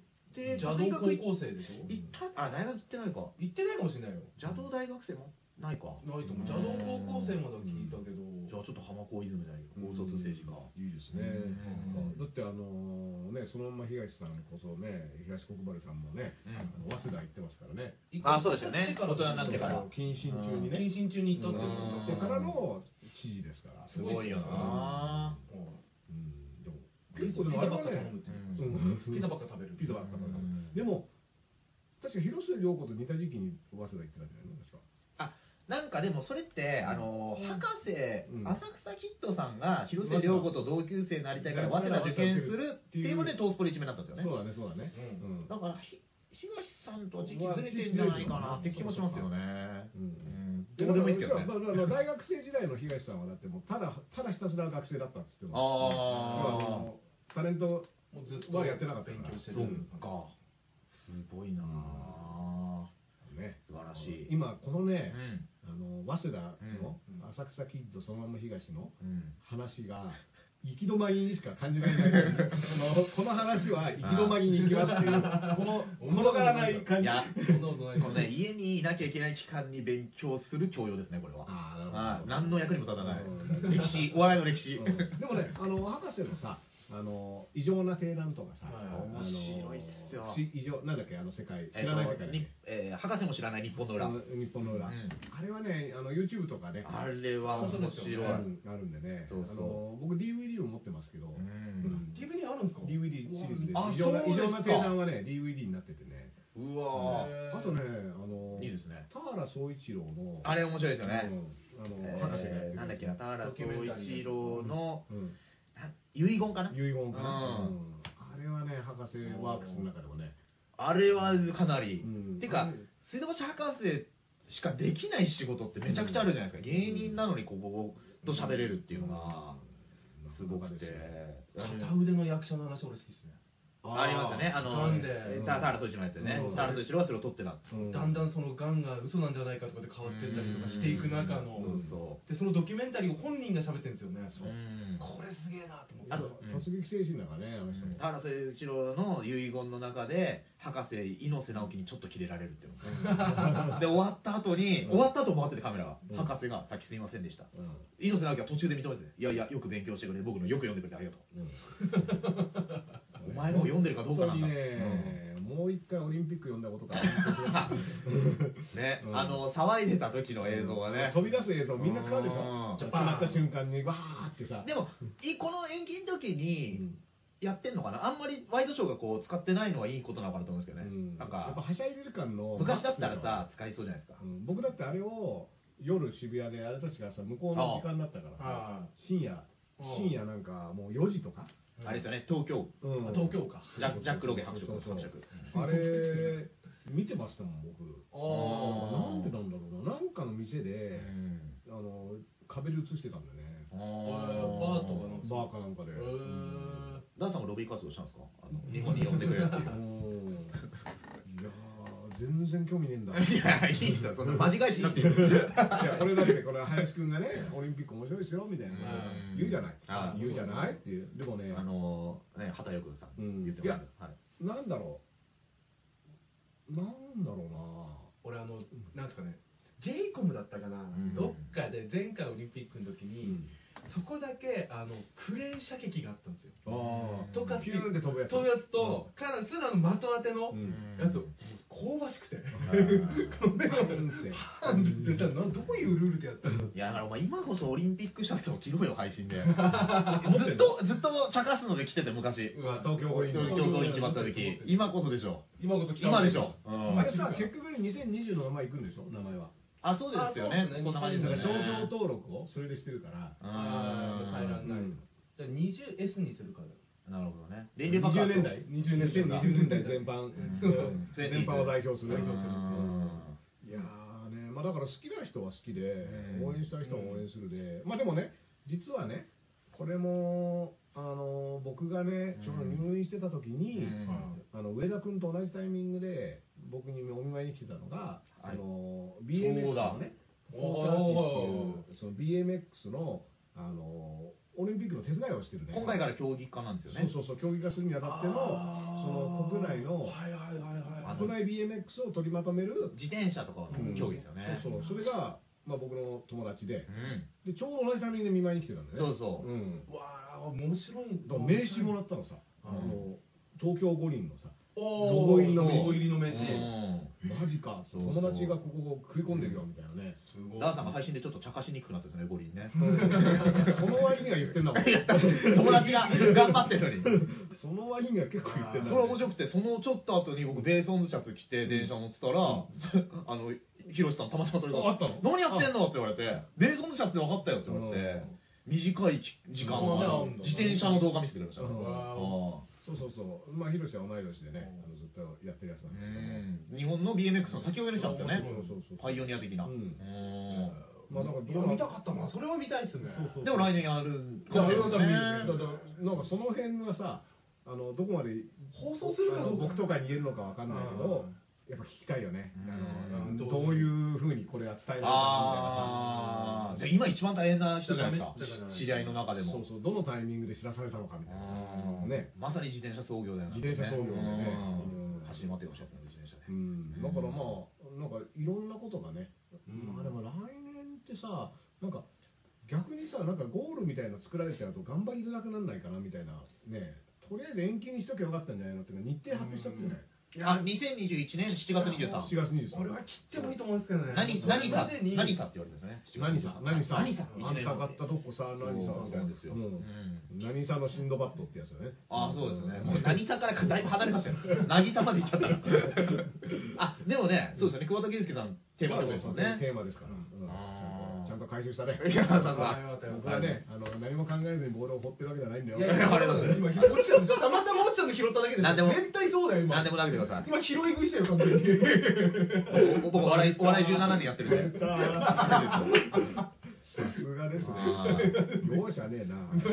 邪道高校生でしょ？ 行った？あ、大学行ってないか。 行ってないかもしれないよ。 邪道大学生もないか。 ないと思う。邪道高校生までは聞いたけど。 じゃあちょっと浜高イズムじゃないけど、高卒政治家。 いいですね。だってあのね、そのまま東さんこそね、東国原さんもね、早稲田行ってますからね。 あ、そうですよね。大人になってから。 謹慎中にね。 謹慎中に行ったっていうからの知事ですから。 すごいよな。 結構でもあればっか頼むっていう。ピザばっか食べる。 ピザばっか食べる。でも確か広末涼子と似た時期に早稲田行ってたんじゃないのですか。 あ、なんかでもそれってあの博士浅草キッドさんが広末涼子と同級生になりたいから早稲田受験するっていうのでトースポで一面になったんですよね。 そうだね、そうだね。 だから東さんと時期ずれてんじゃないかなって気もしますよね。どうでもいいですけどね。 大学生時代の東さんはだってもうただただひたすら学生だったっつっても。ああ。タレントはやってなかった。 勉強してる。そうか。すごいなぁ。ね、素晴らしい。 今このね、あの早稲田の浅草キッドそのまま東の話が行き止まりにしか感じられない。この話は行き止まりに行きますっていうこの転がらない感じ。いや、 このね家にいなきゃいけない期間に勉強する教養ですねこれは。ああ、何の役にも立たない。歴史、お笑いの歴史。 でもね、あの博士のさ。あの異常な定談とかさ、 面白いっすよ。 異常なんだっけあの世界知らない世界に、 え博士も知らない日本の裏。 日本の裏。あれはねあの YouTube とかね。 あれは面白い。 あるんでね。あの僕 ディーブイディー を持ってますけど。 ディーブイディー あるんですか？ ディーブイディー シリーズで異常な異常な定談はね ディーブイディー になっててね。 うわ。 あとねあのいいですね。 田原総一郎のあれ面白いですよね。 あの博士がやってる。 なんだっけな、田原総一郎の遺言かな。 遺言かな。あれはね博士ワークスの中でもね。 あれはかなり。てか水道橋博士しかできない仕事ってめちゃくちゃあるじゃないですか。芸人なのにここと喋れるっていうのがすごくて。 片腕の役者の話俺好きですね。 ありますよね。あの田原総一郎のやつでね。田原総一郎はそれを取ってた。 だんだんそのがんが嘘なんじゃないかとかで変わってったりとかしていく中のでそのドキュメンタリーを本人が喋ってるんですよね。これすげえなと思って。 あと突撃精神だからねあの人。 田原総一郎の遺言の中で博士猪瀬直樹にちょっとキレられるっていうの。で終わった後に終わった後回っててカメラが博士がさっきすいませんでした。猪瀬直樹は途中で認めていやいやよく勉強してくれ僕のよく読んでくれてありがとう。お前の読んでるかどうかなんだ。 もう一回オリンピック読んだことか。 ね、あの騒いでた時の映像がね、 飛び出す映像みんな使うでしょ。決まった瞬間にわーってさ。 でもこの延期の時にやってんのかな。あんまりワイドショーがこう使ってないのはいいことなのかなと思うんですけどね。 うん、 なんかやっぱはしゃいでる感の昔だったらさ使いそうじゃないですか、 うん、僕だってあれを夜渋谷であれたちがさ向こうの時間だったからさ深夜深夜なんかもうよじとかあれですよね、東京、 うん、東京かジャックロゲ伯爵伯爵あれ見てましたもん僕。ああなんでなんだろうな、なんかの店で、うん、あの壁で映してたんだよね。 バーとかなんバーかなんかで。 ダンさんもロビー活動したんですか、あの日本に呼んでくれっていう。いや全然興味ねえんだ。 いやいいんだ、そんなマジ返しになってる。いや俺だってこれ林くんがねオリンピック面白いですよみたいな言うじゃない言うじゃないっていう。でもねあのね畑陽君さん言ってます。 なんだろうなんだろうな、 俺あのなんですかね、ジェイコムだったかな、うん、どっかで前回オリンピックの時に、うん、そこだけあのクレーン射撃があったんですよ。あとかピューンって飛ぶやつ飛ぶやつと、うん、からすぐあの的当てのやつを、香ばしくてこの目がパンって出たらどういうルールでやったの。 いやだからお前今こそオリンピックシャツを着ろよ配信で。ずっとずっと茶化すので着てて昔。 東京五輪東京五輪決まった時。今こそでしょ。 今こそ今でしょ。 あれさ結局にせんにじゅうのまま行くんでしょ名前は。 あ、そうですよね。そんな感じですよね。 商標登録をそれでしてるから。 ああ、変えらんない。じゃあ にじゅうエス にするから。 なるほどね。 にじゅうねんだいにじゅうねんだい全般全般を代表する。いやーね、まあだから好きな人は好きで応援したい人は応援するで、まあでもね実はねこれもあの僕がねちょうど入院してた時にあの上田君と同じタイミングで僕にお見舞いに来てたのがあの ビーエムエックス のねフォーサーティっていうその ビーエムエックス のあのオリンピックの手伝いをしてるね。 今回から競技化なんですよね。 そうそうそう競技化するにあたってのその国内の国内 ビーエムエックス を取りまとめる自転車とかの競技ですよね。 そうそうそれがまあ僕の友達で、でちょうど同じタイミングで見舞いに来てたんだね。 そうそう。 わあ面白い。 名刺もらったのさ、あの東京五輪のさ。 ロゴ入りの名刺。 マジか、友達がここを食い込んでるよみたいなね。 ダーさんが配信でちょっと茶化しにくくなってですね、五輪ね。 その割には言ってんだもん。 友達が頑張ってるのに。 その割には結構言ってんだ。 それは面白くて、そのちょっと後に僕ベースオンズシャツ着て電車乗ってたら、あのヒロシさんたまたまそれがあったの。 何やってんのって言われて、ベースオンズシャツで分かったよって言われて、短い時間は自転車の動画見せてくれました。そうそうそう。まあヒロシは同い年でね、あのずっとやってるやつなんですけど。 日本の ビーエムエックス の先ほどの人なんですよね。パイオニア的な。 まあだから見たかったな。それは見たいですね。 でも来年やるかもしれないですね。なんかその辺はさ、あのどこまで放送するか僕とかに言えるのかわかんないけど。やっぱ聞きたいよね。あのどういうふうにこれは伝えられたかみたいなさ。 じゃあ今一番大変な人じゃないですか。知り合いの中でも。 そうそう。どのタイミングで知らされたのかみたいな。ね。 まさに自転車操業だよね。 自転車操業でね。 走り回ってましたね自転車で。 だからまあなんかいろんなことがね。まあでも来年ってさなんか逆にさなんかゴールみたいな作られちゃうと頑張りづらくなんないかなみたいなね。とりあえず延期にしときゃよかったんじゃないのっていうか日程発表しちゃってない。 あ、にせんにじゅういちねんしちがつにじゅうさん。 しちがつにじゅうさん。 俺は切ってもいいと思うんですけどね。 何何さ何さって言われてるんですね。 何さ何さ何さあんた買ったとこさ何さみたいなんですよ。何さのシンドバッドってやつよね。 あ、そうですね。もう何さからだいぶ離れましたよ。渚まで行っちゃったら。あ、でもね、そうですよね。桑田佳祐さんテーマですもんね。 テーマですから。ちゃんと回収したね。 いや、さすが。僕はね、あの何も考えずにボールを放ってるわけじゃないんだよ。 いやいや、あれだね。今落ちたんですよ。たまたま落ちたの拾っただけです。 なんでも絶対そうだよ今。 なんでも投げてください。 今拾い食いしたよ完全に。 僕お笑いお笑いじゅうななねんやってるんで。 さすがですね。容赦ねえな。い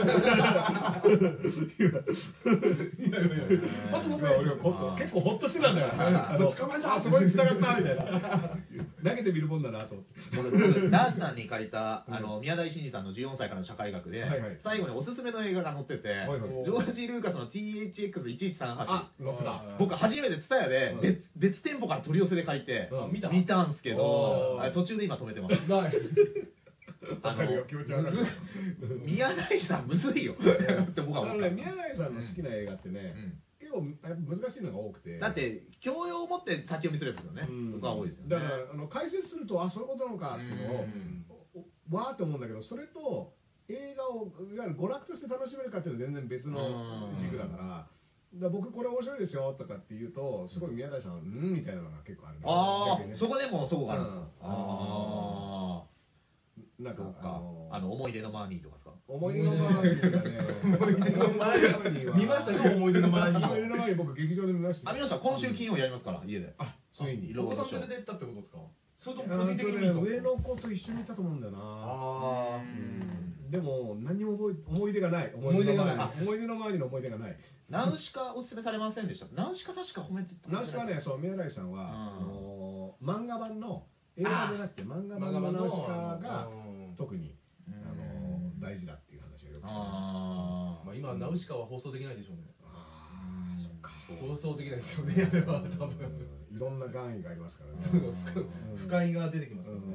やいやいや。結構ホッとしてたんだよ。あの捕まえた、そこに繋がったみたいな。投げてみるもんだなと。 ダースさんに借りたあの宮台真司さんのじゅうよんさいからの社会学で最後におすすめの映画が載ってて、ジョージ・ルーカスの ティーエイチエックスいちいちさんはち。僕初めてツタヤで別店舗から取り寄せで借りて見たんですけど、途中で今止めてます。あの宮台さんむずいよって僕は思った。 宮台さんの好きな映画ってね、結構難しいのが多くて。 だって教養を持って先読みするやつですよね。僕は多いですよね。 だからあの解説するとあそういうことなのかっていうのをわーって思うんだけど、それと映画をいわゆる娯楽として楽しめるかっていうのは全然別の軸だから。だ僕これ面白いですよとかって言うとすごい宮台さんうんみたいなのが結構あるね。 ああ、そこでもそこがあるんですか。 ああ。なんかあの思い出のマーニーとかですか。 思い出のマーニーがね。 思い出のマーニーは見ましたか。思い出のマーニー。 思い出のマーニー僕劇場で見ました。 あ、見ました。今週金曜やりますから家で。 あ、ついに。 お子さん連れてったってことですか。それとも個人的に見たんですか。 上の子と一緒に行ったと思うんだよな。 ああ。 でも何も覚え思い出がない。 思い出がない。 思い出のマーニーの思い出がない。 ナウシカおすすめされませんでした。ナウシカ確か褒めてた。 ナウシカはね、そう宮台さんはあの漫画版の映画じゃなくて漫画版のナウシカが特にあの大事だっていう話がよくあまあ今ナウシカは放送できないでしょうね。 ああ、そっか。 放送できないですよね。あれは多分いろんな含意がありますからね。 不快が出てきますからね。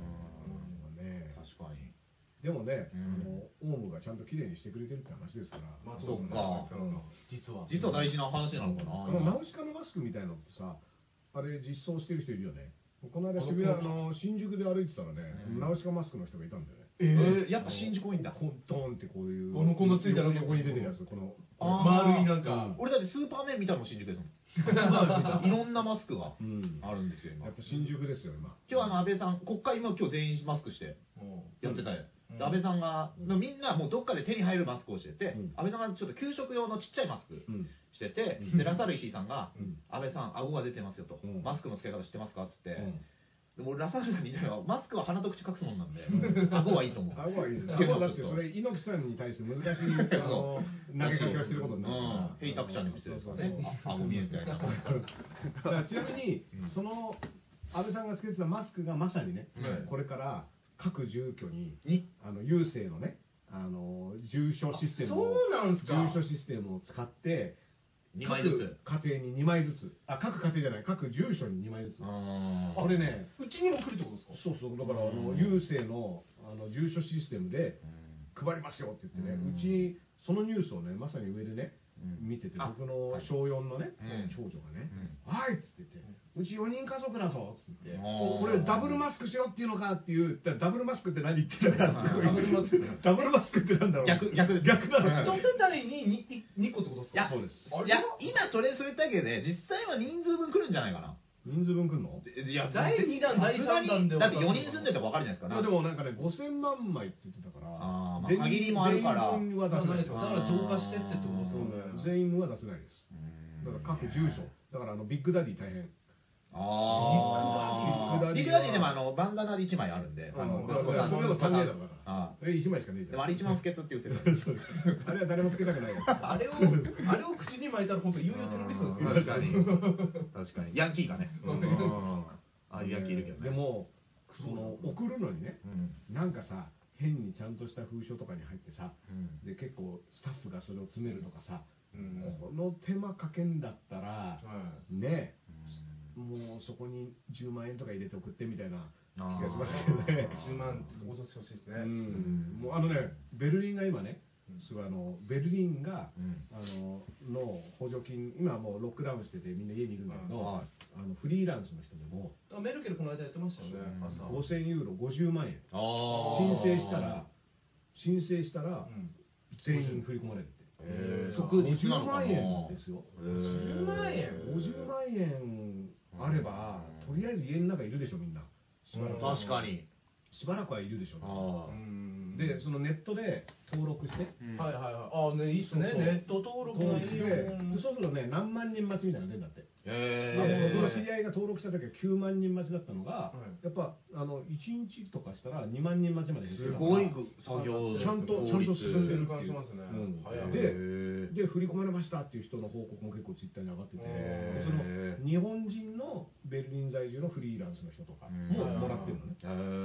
確かに。 でもね、あのオウムがちゃんと綺麗にしてくれてるって話ですから。 まあそうか。 実は実は大事な話なのかな。 あのナウシカのマスクみたいなのってさ、あれ実装してる人いるよね。この間渋谷の新宿で歩いてたらね、ナウシカマスクの人がいたんだよね。 ええ、やっぱ新宿多いんだ。 ドーンってこういう。 このこのついたの横に出てるやつ、この丸いなんか。 俺だってスーパーメン見たのも新宿ですもん。いろんなマスクがあるんですよ。 やっぱ新宿ですよ今。 今日あの安倍さん、国会今今日全員マスクしてやってたよ。安倍さんがみんなもうどっかで手に入るマスクをしてて、安倍さんがちょっと給食用のちっちゃいマスクしてて、でラサール石井さんが安倍さん顎が出てますよと、マスクの付け方知ってますかっつって。でもラサールさんみたいなマスクは鼻と口隠すもんなんで、顎はいいと思う。 顎はいい。顎だってそれ猪木さんに対して難しい投げかけをしてることになるから。 ヘイタクちゃんにもしてるんですからね。顎見えみたいな。 ちなみにその安倍さんがつけてたマスクがまさにね、これから各住居にあの郵政のね、あの住所システムを住所システムを使ってにまいずつ各家庭ににまいずつ、あ各家庭じゃない各住所ににまいずつ。これね、 うちにも来るってことですか。 そうそう、だからあの郵政のあの住所システムで配りますよって言ってね、うちそのニュースをねまさに上でね見てて、僕の小よんのね長女がね「はい」っつって言って「うちよにん家族だぞ」っつって「これダブルマスクしろっていうのか」っていうダブルマスクって何言ってたかダブルマスクダブルマスクってなんだろう。 逆逆です。 逆なの。 一世帯ににこってことですか。 そうです。 いや今それそれだけで実際は人数分来るんじゃないかな。 人数分来るの？ いやだいにだんだいさんだんでだってよにん住んでたら分かるじゃないですか。 でもなんかねごせんまんまいって言ってたから、 ああ限りもあるから全員は出せないですよ。 だから増加してってってことですよね。 全員は出せないです。だから各住所、だからあのビッグダディ大変。 ああ。ビッグダディでもあのバンダナでいちまいあるんで、あのそれを足んねえだろだから。えいちまいしかねえじゃん。 でもあれ一番不潔っていう説。 あれは誰もつけたくないやつ。 あれをあれを口に巻いたら本当いよいよテロリストですよ。 確かに確かにヤンキーがね。ああいうヤンキーいるけどね。 でもその送るのにね、なんかさ変にちゃんとした封書とかに入ってさ、で結構スタッフがそれを詰めるとかさ、この手間かけんだったらね。もうそこにじゅうまんえんとか入れて送ってみたいな気がしますけどね。 じゅうまん落としてほしいですね。 もうあのねベルリンが今ね、すごいあのベルリンがあのの補助金今はもうロックダウンしててみんな家にいるんだけど、あのフリーランスの人でもメルケルこの間やってましたよね。朝ごせんユーロごじゅうまんえん申請したら申請したら全員振り込まれるって。 即日ごじゅうなのかな。 まんえんですよ。 ごじゅうまんえんごじゅうまんえんあればとりあえず家の中いるでしょみんな。しばらく確かにしばらくはいるでしょ。でそのネットで登録して、 はいはいはい、ああねいいっすね。ネット登録がいいよ。 そうするとね何万人待ちみたいなのが出るんだって。 へ僕の知り合いが登録した時はきゅうまんにん待ちだったのが、やっぱあのいちにちとかしたらにまんにん待ちまで減ってるから。 すごい作業ちゃんとちゃんと進んでるっていう。 ますね。 でで振り込まれましたっていう人の報告も結構ツイッターに上がってて、その日本人のベルリン在住のフリーランスの人とかももらってるのね。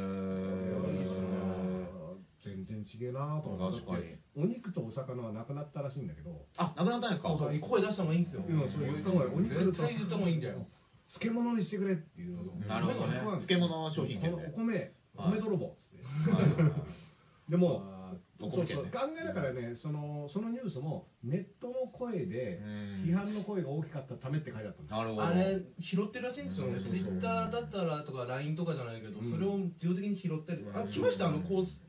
全然違えなと思って。お肉とお魚はなくなったらしいんだけど。 あ、なくなったんですか。 声出した方がいいんですよ。 うん、そう言った方がいい。お肉と言った方がいいんだよ。 漬物にしてくれっていうの。 なるほどね。漬物商品券で。 お米、米泥棒っつって。でも、そうそう考えながらね、そのそのニュースもネットの声で批判の声が大きかったためって書いてあったんです。 なるほど。 あれ拾ってるらしいんですよね。ツイッターだったらとか ライン とかじゃないけど、それを自動的に拾って、あ来ましたあのコース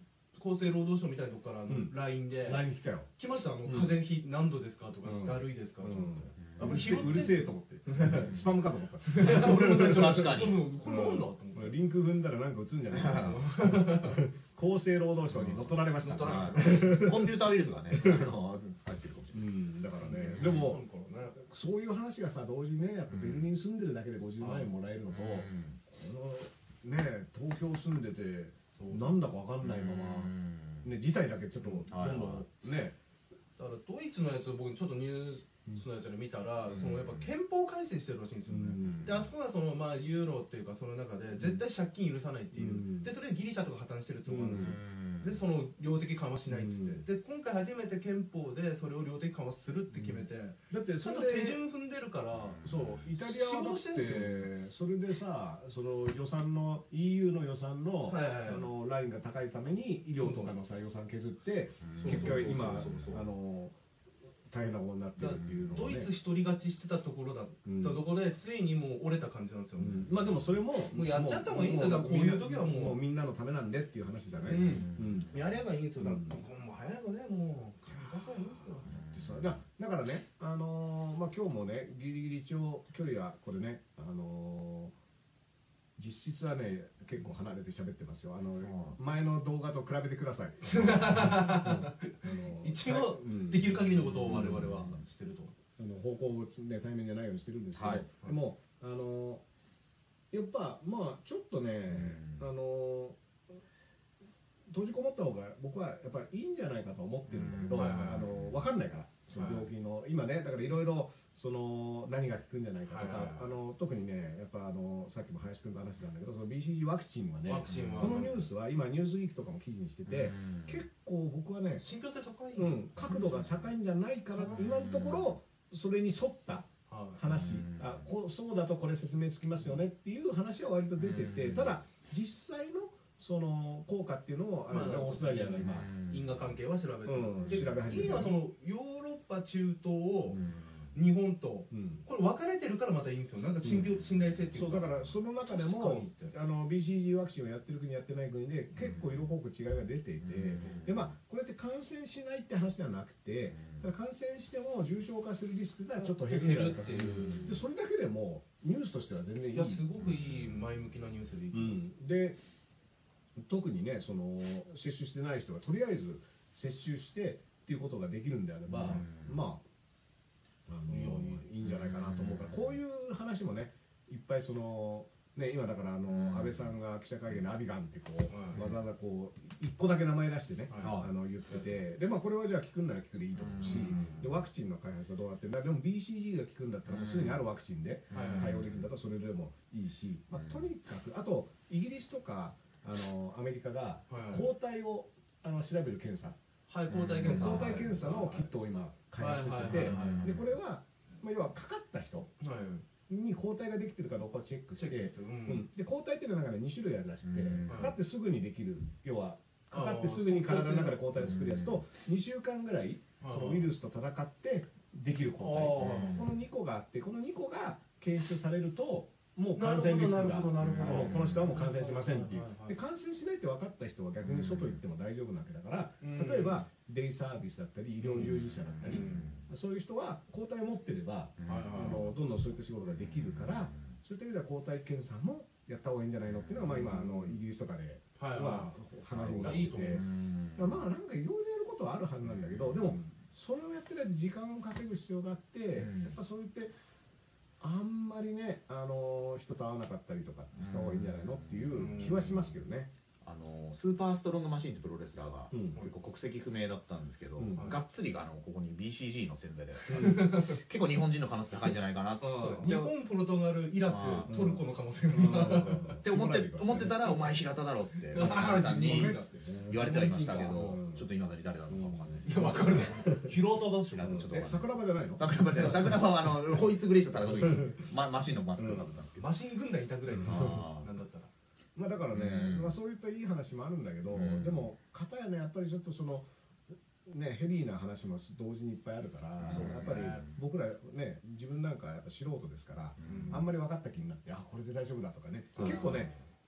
厚生労働省みたいなとこからあの ライン でライン 来たよ。 来ました、あの風邪ひ何度ですかとか、だるいですかとかって、 拾ってうるせえと思ってスパムかと思った俺も最初確かにこれなんだと思って、 リンク踏んだらなんか打つんじゃないかな厚生労働省に乗っ取られました。 コンピューターウイルスがね入ってるかもしれない。 うんだからね、でもそういう話がさ同時にね、やっぱベルリンに住んでるだけでごじゅうまんえんもらえるのと、このね東京住んでてなんだかわかんないままね事態だけちょっとどんどんね、 だからドイツのやつを僕ちょっとニュースのやつで見たら、そのやっぱ憲法改正してるらしいんですよね。であそこはそのまあユーロっていうかその中で絶対借金許さないっていう。でそれでギリシャとか破綻してると思うんですよ。でその量的緩和しないっつって。で今回初めて憲法でそれを量的緩和するって決めて。だってそれで手順踏んでるから。 そうイタリアはだってそれでさ、その予算の イーユー の予算のあのラインが高いために医療とかのさ予算削って結局今あの大変なことになってるっていうのドイツ一人勝ちしてたところだったところでついにもう折れた感じなんですよね。 まあでもそれももうやっちゃった方がいいんですよ。こういう時はもうみんなのためなんでっていう話じゃない。 やればいいんですよ。もう早いのねもう出せばいいんですよ。 だだからね、あのまあ今日もねギリギリ一応距離はこれねあの実質はね結構離れて喋ってますよ。あの前の動画と比べてください。 一応できる限りのことを我々はしてると。 あの方向をね対面じゃないようにしてるんですけど、でもあのやっぱまあちょっとねあの閉じこもった方が僕はやっぱりいいんじゃないかと思ってるんだけど、あの分かんないからその病気の今ねだからいろいろ。その何が効くんじゃないかとか、あの特にねやっぱあのさっきも林くんと話したんだけど、その ビーシージー ワクチンはね、このニュースは今ニュースウィークとかも記事にしてて、結構僕はね信憑性高い、 うん、角度が高いんじゃないかな、今のところそれに沿った話、あこそうだとこれ説明つきますよねっていう話は割と出てて、ただ実際のその効果っていうのをあれ、オーストラリアが今因果関係は調べて、 うん、調べ始めてる。 今そのヨーロッパ中東を日本と、うん、これ分かれてるからまたいいんですよ。なんか信憑、うん、信頼性っていうか。 そうだからその中でもあの ビーシージー ワクチンをやってる国やってない国で結構色濃く違いが出ていて、うん、でまあこれって感染しないって話ではなくて、ただ感染しても重症化するリスクがちょっと減るっていう。でそれだけでもニュースとしては全然いい。いやすごくいい前向きなニュースでいいです。うん、で特にねその接種してない人がとりあえず接種してっていうことができるんであれば、うん、まああのいいんじゃないかなと思うから、こういう話もねいっぱいそのね今だからあの安倍さんが記者会見でアビガンってこうわざわざこう一個だけ名前出してねあの言ってて、でまあこれはじゃあ効くんなら効くでいいと思うし、でワクチンの開発はどうなってるんだ、でも ビーシージー が効くんだったらもうすでにあるワクチンで対応できるんだったらそれでもいいし、まあとにかくあとイギリスとかあのアメリカが抗体をあの調べる検査、 はい、抗体検査抗体検査のキットを今開発してて、でこれは、まあ、要はかかった人に抗体ができてるかどうかをチェックして、うんうん、で抗体っていうのはなんかねに種類あるらしくて、かかってすぐにできる、要はかかってすぐに体の中で抗体を作るやつと、にしゅうかんぐらいそのウイルスと戦ってできる抗体、このにこがあって、このにこが検出されるともう感染リスクが、この人はもう感染しませんっていう。で感染しないって分かった人は逆に外行っても大丈夫なわけだから、例えばデイサービスだったり医療従事者だったり、そういう人は抗体を持ってれば、あのどんどんそういった仕事ができるから、そういった意味では抗体検査もやった方がいいんじゃないのっていうのが、まあ今あのイギリスとかでは話になってて、まあなんかいろいろやることはあるはずなんだけど、でもそれをやってないと時間を稼ぐ必要があって、やっぱそういってあんまりね、あの人と会わなかったりとかした方がいいんじゃないのっていう気はしますけどね。 あのスーパーストロングマシーンってプロレスラーが、うん、結構国籍不明だったんですけど、うん、がっつりがあのここに ビーシージー の潜在で、うん、結構日本人の可能性高いんじゃないかなと。 日本、ポルトガル、イラク、トルコの可能性がって思って思ってたら、お前平田だろって川さんに言われてはいましたけど、ちょっと今だに誰だろうかわかんないです。 いやわかるね。平田だし。 桜庭じゃないの？ 桜庭じゃない。桜庭はあのホイッツグレイスを戦う時にマシンのマスクをかぶったんですけど。 マシン軍団いたぐらいです。なんだったら。 まあだからね、うん、まあそういったいい話もあるんだけど、うん、でも片やねやっぱりちょっとそのねヘビーな話も同時にいっぱいあるから、うん、やっぱり僕らね自分なんかやっぱ素人ですから、うん、あんまり分かった気になってあこれで大丈夫だとかね、結構ねあ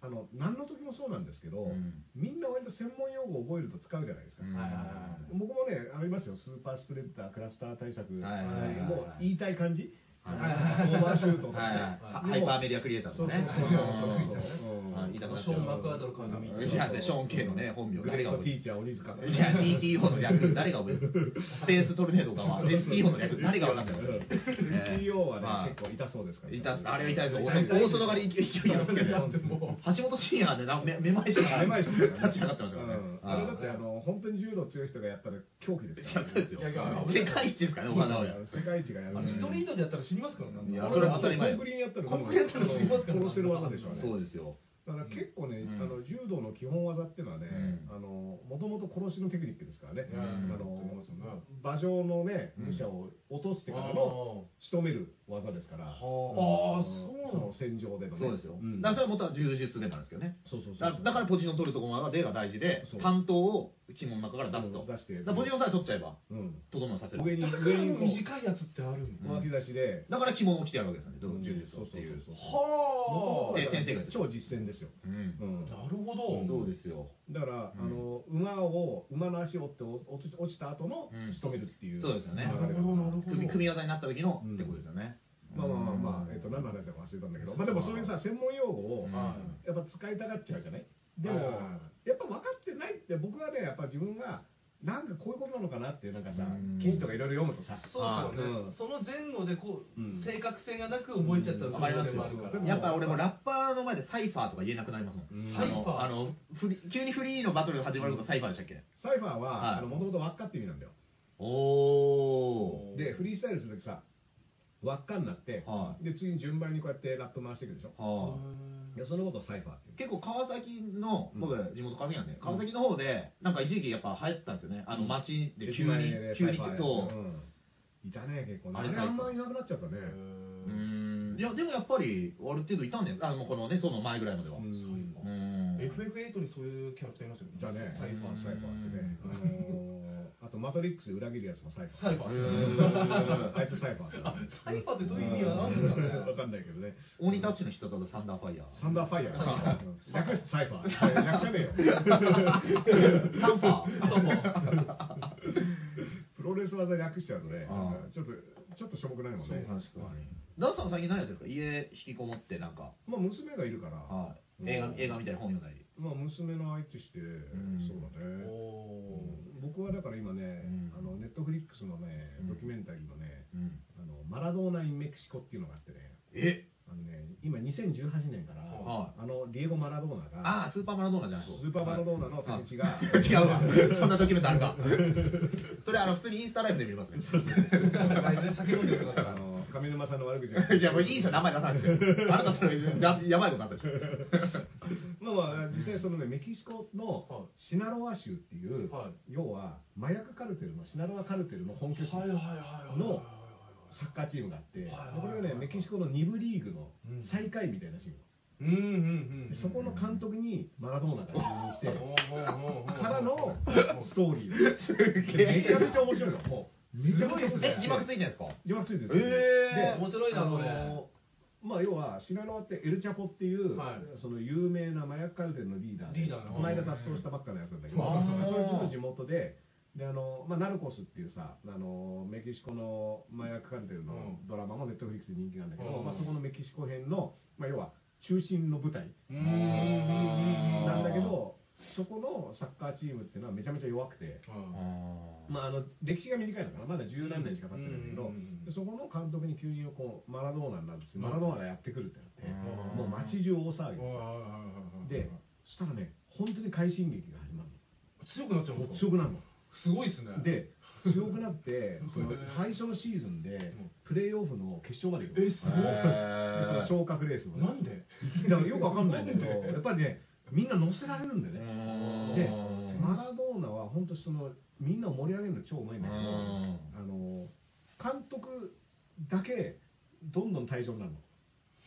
あの何の時もそうなんですけど、みんな割と専門用語を覚えると使うじゃないですか。僕もねありますよ、スーパースプレッダー、クラスター対策も言いたい感じ。オーバーシュートとかね、 ハイパーメディアクリエイターとかね。 ショーン・マクアードル監督。 いや、ショーン・ケイのね、本名。 グレートティーチャー、鬼塚。 いや、ティーティーオー の略、誰が覚えるスペーストルネードかは、エスティーオー の略、誰が分かんないエスティーオー はね、結構痛そうですから。 痛あれは痛いですよ。大外刈り勢いがつけて。橋本真也はね、めまいしながら、めまいしながら立ち上がってましたからね。 あれだって、あの、本当に柔道強い人がやったら狂気ですから。 世界一ですからね、岡田は。 世界一がやる。 ストリートでやったら死にますからね。 それ当たり前。 コンクリやったらコンクリやったら死にますから。 殺せる技でしょうね。 そうですよ。 だから結構ね、あの柔道の基本技っていうのはね、あのもともと殺しのテクニックですからね。あの馬上のね武者を落としてからの仕留める技ですから。ああ、その戦場でのね。 そうですよ。だからそれは元は柔術でなんですけどね。 そうそうそう。 だからポジション取るところがでが大事で、担当を肝の中から出すと。出して。ポジションさえ取っちゃえば、とどめをさせる。 上に上に短いやつってあるの。脇出しで。 だから肝を着てやるわけですよね。柔術っていう。 はあ。 先生が超実践ですよ。 なるほど。 そうですよ。 だからあの馬を馬の足を折って落ちた後の仕留めるっていう。 そうですよね。組み技になった時のってことですよね。 まあまあまあまあ、えっと何の話だか忘れたんだけど、まあでもそういうさ専門用語をやっぱ使いたがっちゃうじゃない。でもやっぱ分かってないって僕はねやっぱ自分がなんかこういうことなのかなってなんかさ記事とかいろいろ読むとさ、 そうそうね。その前後でこう正確性がなく覚えちゃったらわかりますよ。やっぱ俺もラッパーの前でサイファーとか言えなくなりますもん。サイファーあの急にフリーのバトルが始まることサイファーでしたっけ？ サイファーはもともと輪っかって意味なんだよ。 おお。 でフリースタイルするときさ輪っかになって、で次に順番にこうやってラップ回していくでしょ。でそのことをサイファーっていう。 結構川崎の僕地元川崎なんで川崎の方でなんか一時期やっぱ流行ってたんですよね。あの街で急に急にそういたね結構ね。あれあんまいなくなっちゃったね。 うん。いやでもやっぱりある程度いたんだよ。あのこのねその前ぐらいまでは。 エフエフエイト にそういうキャラクターいましたよね。 だね。サイファーサイファーってね。あとマトリックス裏切るやつもサイファー。サイファー。あいつサイファー。 サイファーってどういう意味は何ですかね。 わかんないけどね。 鬼タッチの必殺技サンダーファイヤー。 サンダーファイヤー。略してサイファー。略じゃねえよ。 サンファー。 プロレス技略しちゃうとね、ちょっとちょっとしょぼくないもんね。 確かに。ダンさん最近何やってるんですか？家引きこもってなんか。 まあ娘がいるから。 映画映画みたいな本読んだり。 まあ娘の相手して、そうだね。僕はだから今ね、あのネットフリックスのねドキュメンタリーのね、あのマラドーナ・イン・メキシコっていうのがあってね。 え？ あのね今にせんじゅうはちねんからあのディエゴ・マラドーナが、 ああスーパーマラドーナじゃない。 スーパーマラドーナの手口が違うわ。そんなドキュメントあるか。それあの普通にインスタライブで見れますね。 ライブで酒飲んでるから。 上沼さんの悪口が。いやもういいですよ名前出さなくて。あなたそれやばいことあったでしょ。 まあまあ実際そのねメキシコのシナロア州っていう要は麻薬カルテルのシナロアカルテルの本拠地のサッカーチームがあって、これがねメキシコのに部リーグの最下位みたいなチーム。そこの監督にマラドーナが就任してからのストーリー。めちゃめちゃ面白いよ。もうめちゃめちゃ面白い。 え字幕ついてるんですか？ 字幕ついてる。 ええ面白いなこれ。 まあ要はシナロアってエルチャポっていうその有名な麻薬カルテルのリーダーでこの間脱走したばっかのやつなんだけど、そいつの地元で。であのまあ、ナルコスっていうさあのメキシコの麻薬カルテルのドラマもネットフリックスで人気なんだけど、まあ、そこのメキシコ編の、まあ、要は中心の舞台なんだけどそこのサッカーチームっていうのはめちゃめちゃ弱くて、まあ、あの歴史が短いのかなまだ十何年しか経ってないんだけど、でそこの監督に急にこうマラドーナになってマラドーナがやってくるってなってもう街中大騒ぎですよ。でそしたらね本当に快進撃が始まるの。 強くなっちゃうんですか？ 強くなるの。 すごいですね。 で強くなってその最初のシーズンでプレーオフの決勝まで行く。 えすごい。 その昇格レースもなんで？ だからよくわかんないんだけどやっぱりねみんな乗せられるんでね。でマラドーナは本当そのみんなを盛り上げるの超うまいんだけどあの監督だけどんどん退場になる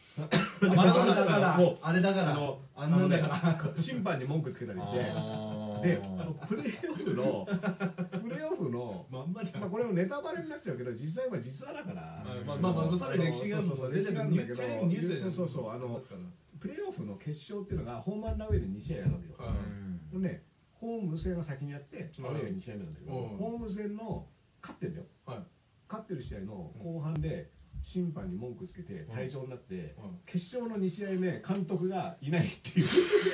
の。 マラドーナだからあれだからあんなんだから審判に文句つけたりして。 で、あのプレーオフの、プレーオフの、 まんまじゃん。 まあこれもネタバレになっちゃうけど、実際は実話だから、 まあまあまあ、それ歴史があるそうそう、歴史があるんだけど、 ニュースでそうそうそう、あの、プレーオフの決勝っていうのが、ホームアンダーウェイでに試合やるわけよ。で、ホーム戦が先にやって、アウェイがに試合目なんだけど、ホーム戦の勝ってんだよ。勝ってる試合の後半で、審判に文句つけて退場になって、うん、決勝のに試合目監督がいないっていう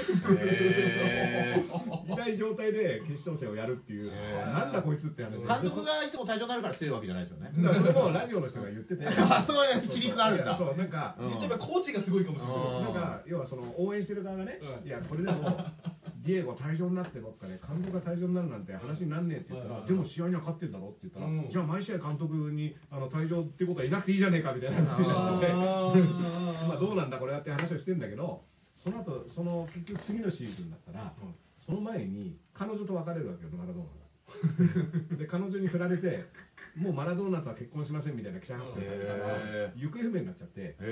いない状態で決勝戦をやるっていう、なんだこいつって話で、 監督がいつも退場になるから強いわけじゃないですよね。 だからそれもラジオの人が言っててあ、そういう皮肉があるんだ。 そうなんか、 うん、やっぱコーチがすごいかもしれない。 なんか要はその応援してる側がね、うん、いやこれでもディエゴ退場になってばっかで監督が退場になるなんて話になんねえって言ったら、でも試合には勝ってんだろって言ったら、じゃあ毎試合監督にあの退場ってことはいなくていいじゃねえかみたいな話になってまあどうなんだこれはって話をしてんだけど、その後その結局次のシーズンだったら、その前に彼女と別れるわけよ、マラドーナが。で彼女に振られて、もうマラドーナとは結婚しませんみたいな記者発表されたら行方不明になっちゃって、で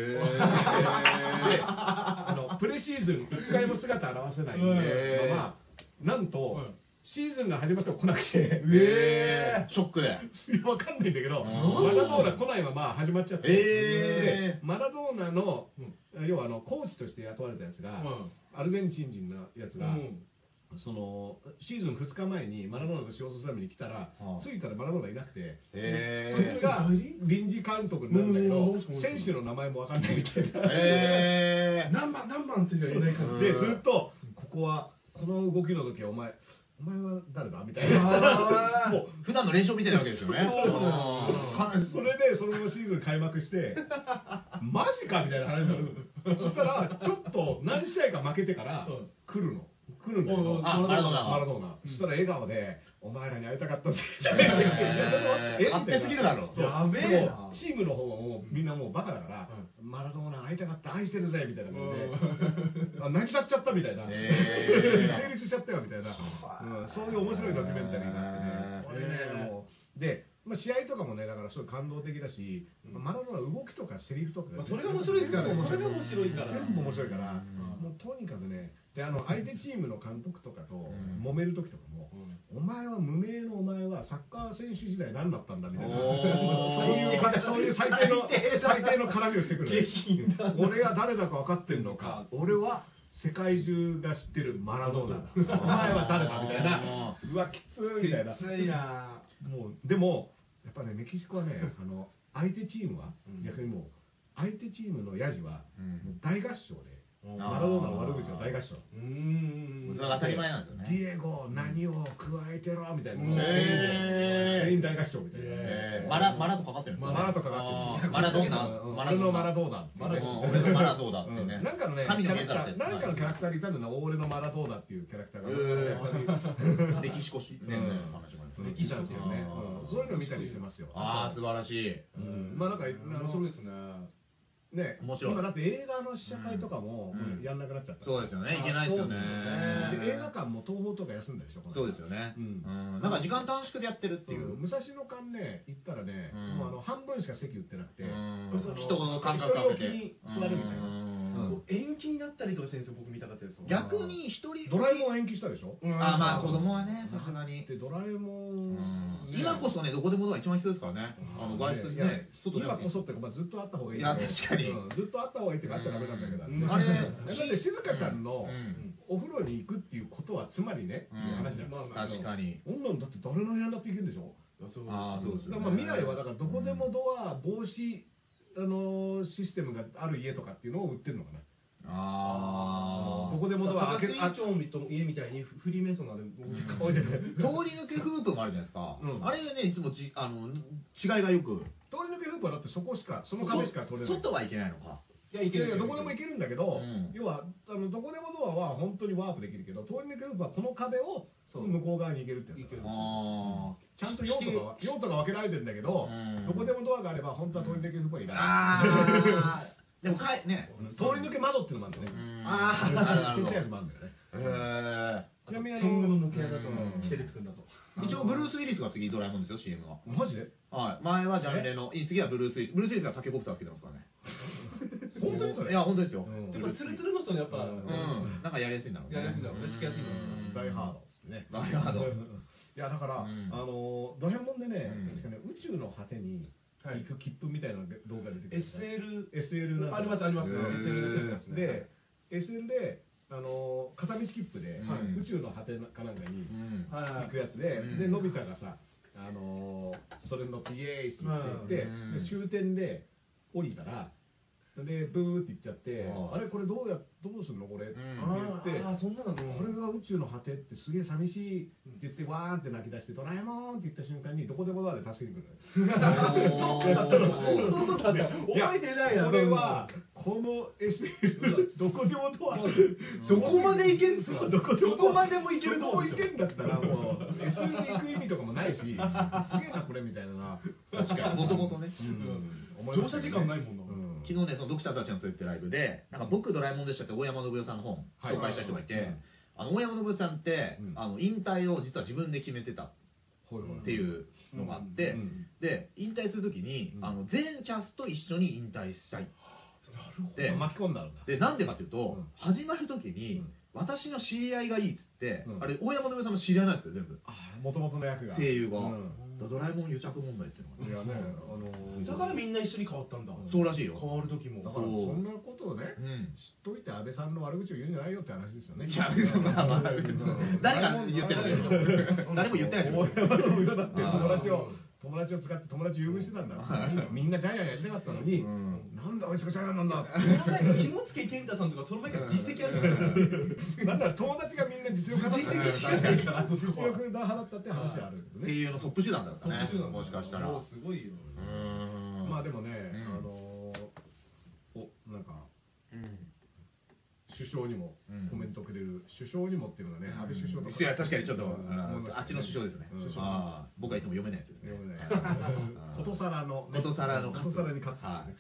あのプレシーズンいっかいも姿現せないまま、なんとシーズンが始まっても来なくて、 えー、ショックで分かんないんだけど、マラドーナ来ないまま始まっちゃって、でマラドーナの要はあのコーチとして雇われたやつが、アルゼンチン人のやつが、そのシーズンふつかまえにマラドーナと仕事するために来たら、着いたらマラドーナいなくて、そいつが臨時監督になるんだけど、選手の名前も分かんないみたいな、 何番何番って言えないからでずっとここはこの動きの時はお前お前は誰だみたいな、 もう普段の練習を見てるわけですよね。 それでそのままシーズン開幕してマジかみたいな話なの。そしたらちょっと何試合か負けてから来るの来るんだけど、 マラドーナマラドーナ、そしたら笑顔でお前らに会いたかったぜえ勝手すぎるだろ。 やべえな。チームの方はもうみんなもうバカだから、マラドーナ会いたかった愛してるぜみたいな感じで、泣き立っちゃったみたいな、成立しちゃったよみたいな、そういう面白いドキュメンタリーがあってね、これねもうで、まあ、試合とかもねだからすごい感動的だし、マラドーナ動きとかセリフとかそれが面白いですからね。それが面白いから全部面白いから、もうとにかくね、であの相手チームの監督とかと揉める時とかも、お前は無名のお前はサッカー選手時代何だったんだみたいな、そういう最低の最低の絡みをしてくる。俺が誰だか分かってんのか、俺は世界中が知ってるマラドーナだ、お前は誰だみたいな、うわきついみたいな。 きついな。 もうでもやっぱねメキシコはね、あの相手チームは逆にもう相手チームのヤジはもう大合唱で、マラドーナの悪口は大合唱。 うーん、それが当たり前なんですよね。 ディエゴ何を加えてろみたいな、全員大合唱みたいな。 マラマラとかかってるんですか。 マラとかかってる。 マラドーナ、 俺のマラドーナ、 俺のマラドーナってね。 なんかのね、 神の目だって。 なんかのキャラクターでいたんだよな、俺のマラドーナっていうキャラクターが。メキシコシね、話もメキシコっていうね、そういうの見たりしてますよ。 ああ素晴らしい。 まあなんかそうですね。 ね、今だって映画の試写会とかもやんなくなっちゃった。 そうですよね、いけないですよね。 映画館も東宝とか休んだでしょ。 そうですよね。なんか時間短縮でやってるっていう。 武蔵野館ね行ったらね、もうあの半分しか席売ってなくて、 人の間隔かけて座るみたいな。 延期になったりとかしてるんですよ、僕見たかったです。 逆に一人ドラえもん延期したでしょ。 あ、まあ子供はね、さすがに。 でドラえもん今こそね、どこでもドア一番必要ですからね。あの外出ね、 今こそってずっとあった方がいい。 いや確かにずっとあった方がいいってかあっちゃダメなんだけど、あれだって静香ちゃんのお風呂に行くっていうことはつまりね、話じゃん。 確かに。 女だって誰の部屋だって行けるんでしょ。 ああそうです。 だから未来はだからどこでもドア防止あのシステムがある家とかっていうのを売ってるのかな。 ああ、どこでもドア開け、 あ、町の家みたいにフリーメイソンなので通り抜けフープもあるじゃないですか。あれねいつもちあの違いがよく。 通り抜けフープはだってそこしかその壁しか取れない。 外はいけないのか。 いやいける、どこでも行けるんだけど、要はあのどこでもドアは本当にワープできるけど、通り抜けフープはこの壁を向こう側に行けるってやつ。ちゃんと用途が用途が分けられてるんだけど、どこでもドアがあれば本当は通り抜けフープはいらない。 でもかいね、 通り抜け窓っていうのもあるんだよね。ああ、ちっちゃいやつもあるんだよね。ちなみにあの天狗の模型だと着てるつくんだと。 一応ブルース・ウィリスが次ドラえもんですよ シーエム は。 マジで？ はい。前はジャンレの、次はブルース・ウィリス。ブルース・ウィリスがタケコプターつけてますからね。 本当にそれ？ いや本当ですよ。 ツルツルの人にやっぱなんかやりやすいんだろうね。 やりやすいんだろうね。つきやすいんだろうね。 ダイハード。 ですね。 ダイハード。 いやだから、あのドラえもんでね、確かね宇宙の果てに行く切符みたいな動画出てくる。 エスエルエスエル なんありますあります。エスエルで エスエル であの片道切符で宇宙の果てかなんかに行くやつで、でのび太がさ、あのそれに乗ってイエーイって言ってで終点で降りたら。でブーって言っちゃってあれこれどうやどうするのこれって言ってああそんなのこれが宇宙の果てってすげえ寂しいって言ってわーって泣き出してドラえもんって言った瞬間にどこでもドアで助けに来るのよ。 そうだね。覚えてないな。 これはこの エスエル どこでもドアどこまで行けるんですか。どこまでも行けるどこ行けんだったらもう エスエル で行く意味とかもないしすげえなこれみたいな。 確かにもともとね。 乗車時間ないもんな。 昨日ね、その読者たちの連れてライブで、なんか僕ドラえもんでしたって大山信代さんの本紹介した人がいて、あの大山信代さんって、あの引退を実は自分で決めてたっていうのがあって、で引退するときに、あの全キャスト一緒に引退したい。 で巻き込んだんだ。 でなんでかっていうと、始まるときに私の知り合いがいいっつって、あれ大山信代さんの知り合いなんですよ全部。 もともとの役が。 声優が。ドラえもん癒着問題っていうのがいやね、あのだからみんな一緒に変わったんだ。 そうらしいよ。 変わる時も。 だからそんなことをね、知っといて安倍さんの悪口を言うんじゃないよって話ですよね。 いや、誰が言ってるの？誰も言ってないですよ。 だって友達を友達を使って友達優遇してたんだ。みんなジャイアンやりたかったのに、なんであいつがジャイアンなんだって。 肝付健太さんとかその前から実績あるし。 なんだら友達がみんな実力派だった。実力派だったって話ある。 声優のトップ集団だったね。もしかしたら。 すごいよ。 まあでもね、あのおなんか首相にもコメントくれる首相にもっていうのがね、安倍首相とか。 いや確かにちょっとあっちの首相ですね。僕はいつも読めないやつですね。 読めない。ことさらのことさらのことさらに勝つ。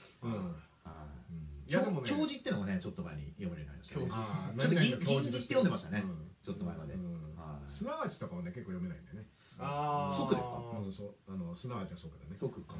いやでもね、教授ってのもねちょっと前に読めるようになりましたね。ちょっと銀次って読んでましたね。ちょっと前まで。 すなわちとかもね結構読めないんでね。 ああ。即ですか。 うんそうあのすなわちは即だね。 即か。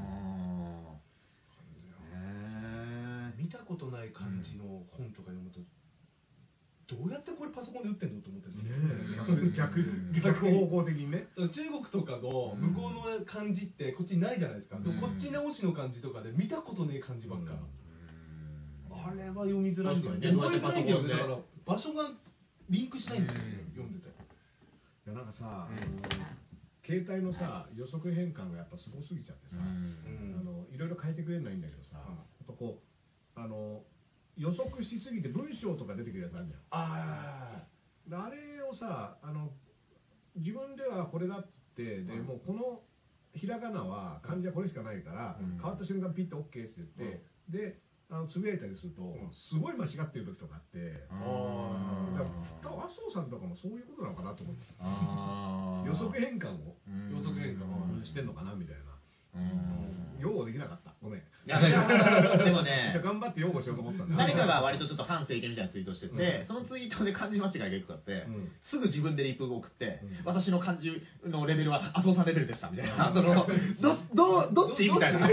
見たことない感じの本とか読むとどうやってこれパソコンで打ってんのと思ったりする。 逆逆方向的にね。 中国とかの向こうの漢字ってこっちにないじゃないですか。こっち直しの漢字とかで見たことねえ漢字ばっか。あれは読みづらいんだよね。覚えづらいんだよね。だから場所がリンクしないんですよ、読んでて。 いやなんかさ、携帯のさ予測変換がやっぱすごすぎちゃってさ、あのいろいろ変えてくれるのはいいんだけどさ、やっぱこうあの予測しすぎて文章とか出てくるやつあるじゃん。 ああれをさあの自分ではこれだっつってでもうこのひらがなは漢字はこれしかないから、変わった瞬間ピッと OK って言って、であのつぶやいたりすると、すごい間違ってる時とかあって、ああ多分麻生さんとかもそういうことなのかなと思って予測変換を予測変換してんのかなみたいな。擁護できなかった。ごめん。 いやでもね、 頑張って擁護しようと思ったんだ。 誰かが割とちょっと反政権みたいなツイートしてて、そのツイートで漢字間違いがいくかって、すぐ自分でリプを送って、私の漢字のレベルは麻生さんレベルでしたみたいな、そのどどどっちみたいな。謝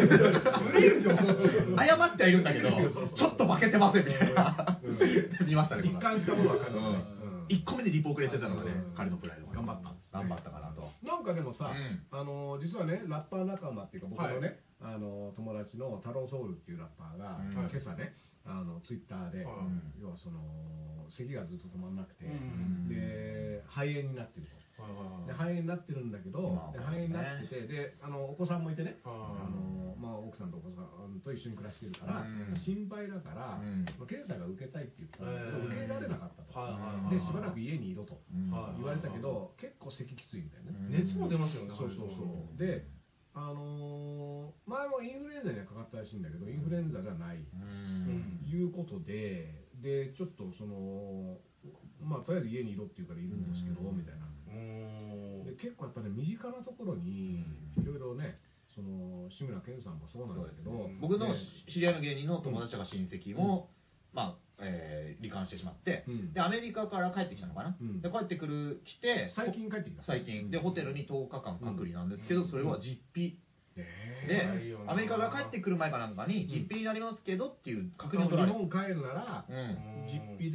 ってはいるんだけど、ちょっと負けてませんみたいな。見ましたね。 一貫したものは感じない。 いっこめでリプをくれてたのがね、彼のプライドが頑張った頑張ったかなと。 なんかでもさ、あの実はねラッパー仲間っていうか僕のねあの友達の太郎ソウルっていうラッパーが今朝ねあのツイッターで要はその咳がずっと止まんなくてで肺炎になってると。で肺炎になってるんだけど、で肺炎になっててであのお子さんもいてね、あのまあ奥さんとお子さんと一緒に暮らしてるから心配だから、まあ検査が受けたいって言ったんだけど受けられなかったと。でしばらく家にいろと言われたけど結構咳きついみたいなね。 熱も出ますよね。 そうそうそう。であの前もインフルエンザにはかかったらしいんだけどインフルエンザではないということででちょっとそのまあとりあえず家にいろって言うからいるんですけどみたいな。で結構やっぱね身近なところにいろいろねその志村けんさんもそうなんだけど僕の知り合いの芸人の友達とか親戚もまあえー、罹患してしまって、うん、でアメリカから帰ってきたのかな、うん、で帰ってくる来て最近帰ってきた最近でホテルにとおかかん隔離なんですけど、うん、それは実費、うん、でアメリカから帰ってくる前かなんかに実費になりますけどっていう確認を取られて日本帰るなら、うん、実費で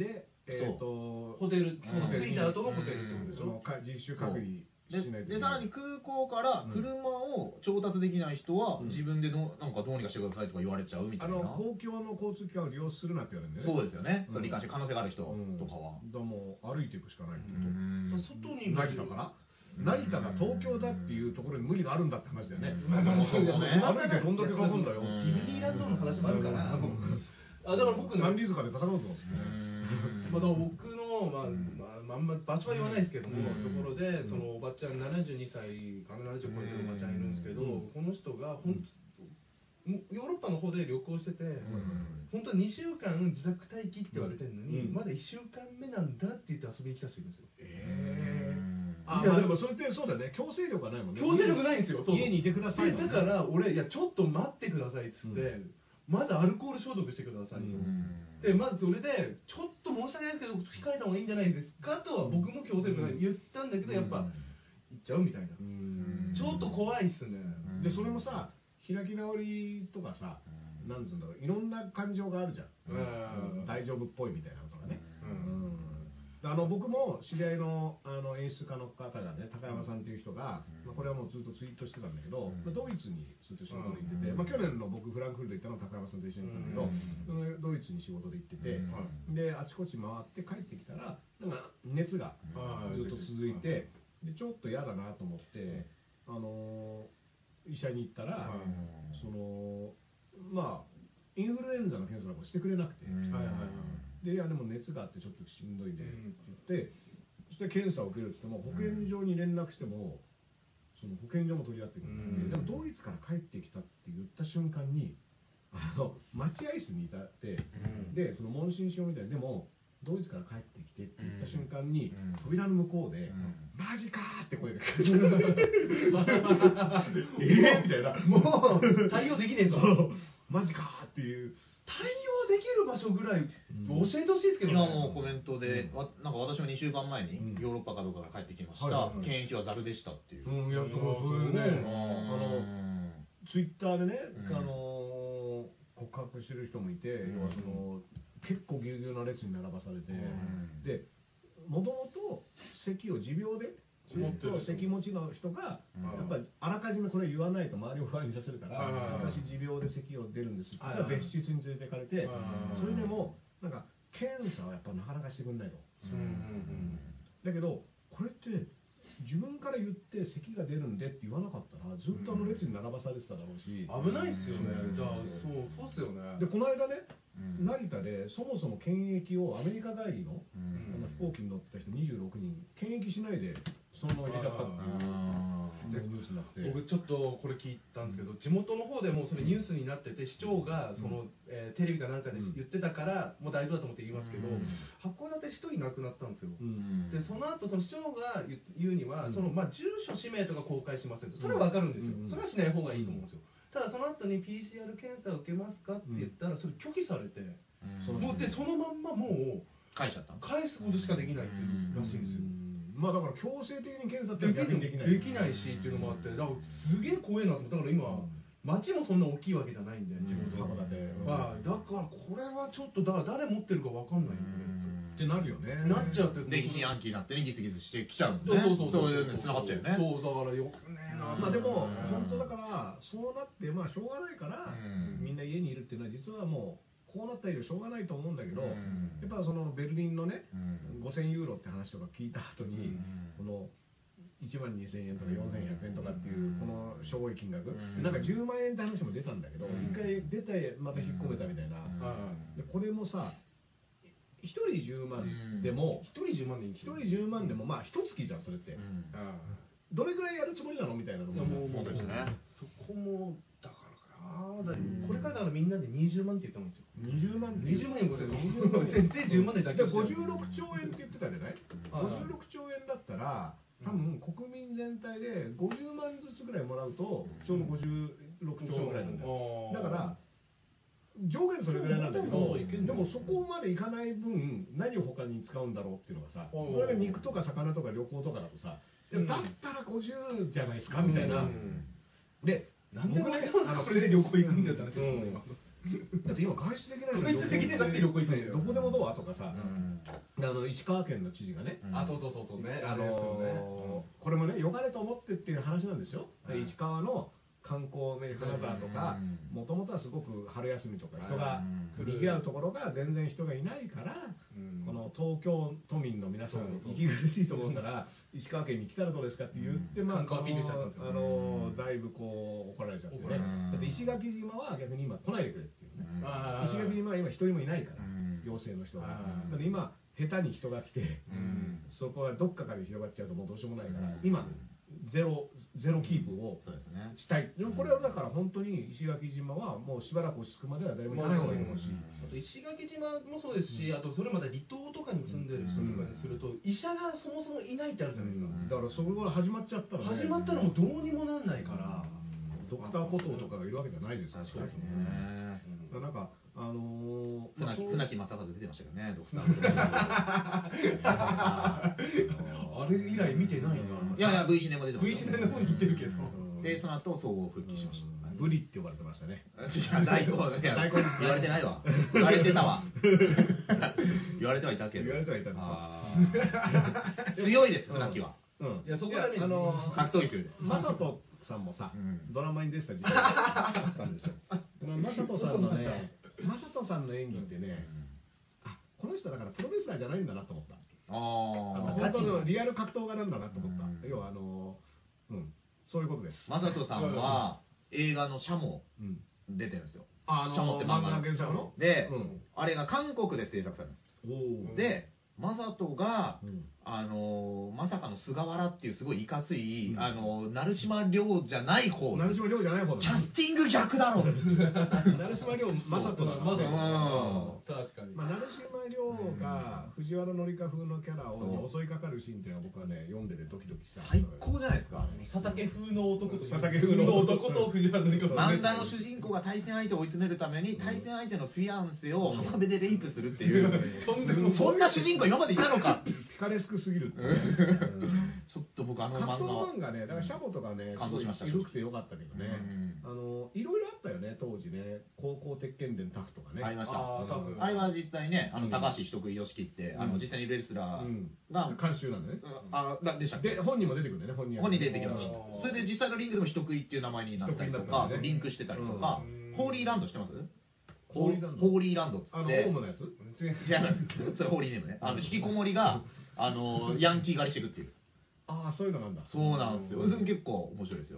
えっとホテル、その着いた後のホテルってことでしょ。 実習隔離しないと。 で、さらに空港から車を調達できない人は、自分でどなんかどうにかしてくださいとか言われちゃうみたいな。 あの、公共の交通機関を利用するなって言われるんだよね。 そうですよね。それに関して可能性がある人とかは。 だもう歩いていくしかないってこと。外に成田から成田が東京だっていうところに無理があるんだって話だよね。 まあまあそうだね。 歩いてどんだけかかるんだよ。 ディズニーランドの話もあるから。あ、だから僕サンリーズカで戦うと思うんですね。 まあだから僕のまあまあまあ場所は言わないですけども、ところでそのおばちゃんななじゅうにさいかななじゅう超えてるおばちゃんいるんですけど、この人が本ヨーロッパの方で旅行してて、本当ににしゅうかん自宅待機って言われてるのに、まだいっしゅうかんめなんだって言って遊びに来た人いるんですよ。 ええ。あ、まあでもそれってそうだね。強制力がないもんね。 強制力ないんですよ。 家にいてください。 だから俺いやちょっと待ってくださいっつって。まずアルコール消毒してくださいよ。で、まずそれで、ちょっと申し訳ないですけど、控えた方がいいんじゃないですかとは僕も強制力ない言ったんだけど、やっぱ、行っちゃうみたいな。ちょっと怖いっすね。 で、それもさ、開き直りとかさ、なんつうんだろう、いろんな感情があるじゃん。大丈夫っぽいみたいなことがね。あの僕も知り合いのあの演出家の方がね、高山さんっていう人が、まあ、これはもうずっとツイートしてたんだけど、まあ、ドイツにずっと仕事で行ってて、まあ、去年の僕フランクフルト行ったのは高山さんと一緒に行ったんだけど、ドイツに仕事で行ってて、であちこち回って帰ってきたらなんか熱がずっと続いて、でちょっと嫌だなと思って、あの医者に行ったら、そのまあインフルエンザの検査なんかしてくれなくて。で、いやでも熱があってちょっとしんどいんでって言って、そして検査を受けるって言っても保健所に連絡してもその保健所も取り合ってくるんで、でもドイツから帰ってきたって言った瞬間にあの待合室にいたって、でその問診しようみたいな、でもドイツから帰ってきてって言った瞬間に扉の向こうで「マジか!」って声が聞こえて「ええ?」みたいな、 もう対応できねえとマジかっていう。 対応できる場所ぐらい教えてほしいですけどね。 今もコメントで、なんか私もにしゅうかんまえにヨーロッパかどうかから帰ってきました。検疫はザルでしたっていう。 うん、いや、そういうね、あの、ツイッターでね、あの、告白してる人もいて、要はその、結構ぎゅうぎゅうな列に並ばされて、で、もともと咳を持病で、咳持ちの人がやっぱりあらかじめこれ言わないと周りを不安にさせるから、私持病で咳を出るんですって言ったら別室に連れて行かれて、それでもなんか検査はやっぱなかなかしてくれないと。だけどこれって自分から言って咳が出るんでって言わなかったらずっとあの列に並ばされてただろうし、 危ないっすよね。じゃあそうそうっすよね。 でこの間ね、成田でそもそも検疫をアメリカ帰りのあの飛行機に乗ってた人にじゅうろくにん検疫しないでそのまま入れちゃったっていうニュースになって、 僕ちょっとこれ聞いたんですけど、地元の方でもそれニュースになってて、市長がその、えー、テレビかなんかで言ってたからもう大丈夫だと思って言いますけど、函館一人亡くなったんですよ。でその後その市長が言うには、そのまあ住所氏名とか公開しませんと、それは分かるんですよ。それはしない方がいいと思うんですよ。ただその後に ピーシーアール 検査を受けますかって言ったらそれ拒否されて、もうでそのまんまもう返しちゃった。 返すことしかできないっていうらしいんですよ。 まあだから強制的に検査ってできないできないしっていうのもあって、だからすげえ怖いなと思って、だから今町もそんな大きいわけじゃないんで、地元函館、 まあだからこれはちょっとだから誰持ってるかわかんないよねってなるよね。 なっちゃうって。 で疑心暗鬼になってね、ギスギスしてきちゃうんでね。 そうそうそうそういうのに繋がっちゃうよね。 そうだからよくねえな。 まあでも本当だからそうなってまあしょうがないからみんな家にいるっていうのは実はもう。こうなった以上しょうがないと思うんだけど、やっぱそのベルリンのね、ごせんユーロって話とか聞いた後に、このいちまんにせんえんとかよんせんひゃくえんとかっていうこのしょぼい金額、なんかじゅうまんえんって話も出たんだけど、一回出てまた引っ込めたみたいな。でこれもさ、ひとりじゅうまんでも、 ひとりじゅうまんでいいんですよ。 ひとりじゅうまんでもまあひとつきじゃんそれって。どれぐらいやるつもりなのみたいなのも。 そうですね。 そこもだから。ああ、だこれからだからみんなでにじゅうまんって言ったんですよ。 にじゅうまんにじゅうまん円ごせんえんでじゅうまんでだけごじゅうろくちょうえんって言ってたじゃない。ごじゅうろくちょうえんだったら多分国民全体でごじゅうまんずつぐらいもらうとちょうどごじゅうろくちょうぐらいなんだよ。だから上限それぐらいなんだけど、でもそこまでいかない分何を他に使うんだろうっていうのがさ、これが肉とか魚とか旅行とかだとさ、だったらごじゅうじゃないですかみたいな。でなんで僕ね、それで旅行行くんだったら、だって今外出できないの外出できないだって旅行行くんだよ。 どこでもドアとかさ、 石川県の知事がね、 あ、そうそうそうそうね、 あのこれもね、よかれと思ってっていう話なんですよ。石川の観光名金沢とか、もともとはすごく春休みとか人が賑わうところが全然人がいないから、この東京都民の皆さん息苦しいと思うから石川県に来たらどうですかって言って、まあ観光アピールしちゃったんですよ。 あのだいぶこう怒られちゃってね。だって石垣島は逆に今来ないでくれっていうね。石垣島は今一人もいないから、陽性の人が。だから今下手に人が来て、そこがどっかから広がっちゃうともうどうしようもないから、今ゼロゼロキープをしたい。でもこれはだから本当に石垣島はもうしばらく落ち着くまでは誰も行かない方がいいと思うし、 あと石垣島もそうですし、あとそれまた離島とかに住んでる人とかにすると医者がそもそもいないってあるじゃないですか。 だからそれが始まっちゃったらね、 始まったらもうどうにもなんないから、 ドクターコトーとかがいるわけじゃないですから。 そうですね。 なんかあの船木正和出てましたけどね、ドクター。 あれ以来見てないな。 いやいや V シネも出てました。 V シネの方に行ってるけど。 でその後総合復帰しました。 ブリって呼ばれてましたね。 大根言われてないわ。言われてたわ。言われてはいたけど。 言われてはいたんです。強いです船木は。 いやそこはね、 あの格闘技です。 マサトさんもさ、ドラマに出てた時代があったんですよ。マサトさんのね、マサトさんの演技ってね、あ、この人だからプロレスラーじゃないんだなと思った。ああ、本当のリアル格闘家なんだなと思った。要はあの、うん、そういうことです。 マサトさんは映画のシャモ出てるんですよ。シャモって漫画の原作の。で、あれが韓国で制作されるんです。で、マサトが、あのまさかの菅原っていうすごいいかつい、あの成島亮じゃない方、 成島亮じゃない方、 キャスティング逆だろ。 成島亮マサトだからね。 確かに。 まあ成島亮が藤原紀香風のキャラを襲いかかるシーンっていうのは僕はね読んでてドキドキした。 最高じゃないですか。 佐竹風の男と佐竹風の男と藤原紀香。 漫画の主人公が対戦相手を追い詰めるために対戦相手のフィアンセを浜辺でレイプするっていう、そんな主人公今までいたのか。 ピカレスクすぎる。 ちょっと僕あの漫画格闘漫画ね、だからシャボとかね、 感動しました。 緩くてよかったけどね。あのいろいろあったよね当時ね。高校鉄拳伝タフとかね。 ありました。あれは実際ね、あの高橋人食いよしきってあの実際にレスラーが監修なんだね。 あでしたっけ。 で本人も出てくるんだよね。本人本人出てきました。それで実際のリングでも人食いっていう名前になったりとか、リンクしてたりとか、ホーリーランド知ってます？ホーリーランドっつって。 あのホームのやつ？ 違います。それホーリーネームね。あの引きこもりがあのヤンキー狩りしていくっていう。 ああ、そういうのなんだ。 そうなんですよ。結構面白いですよ。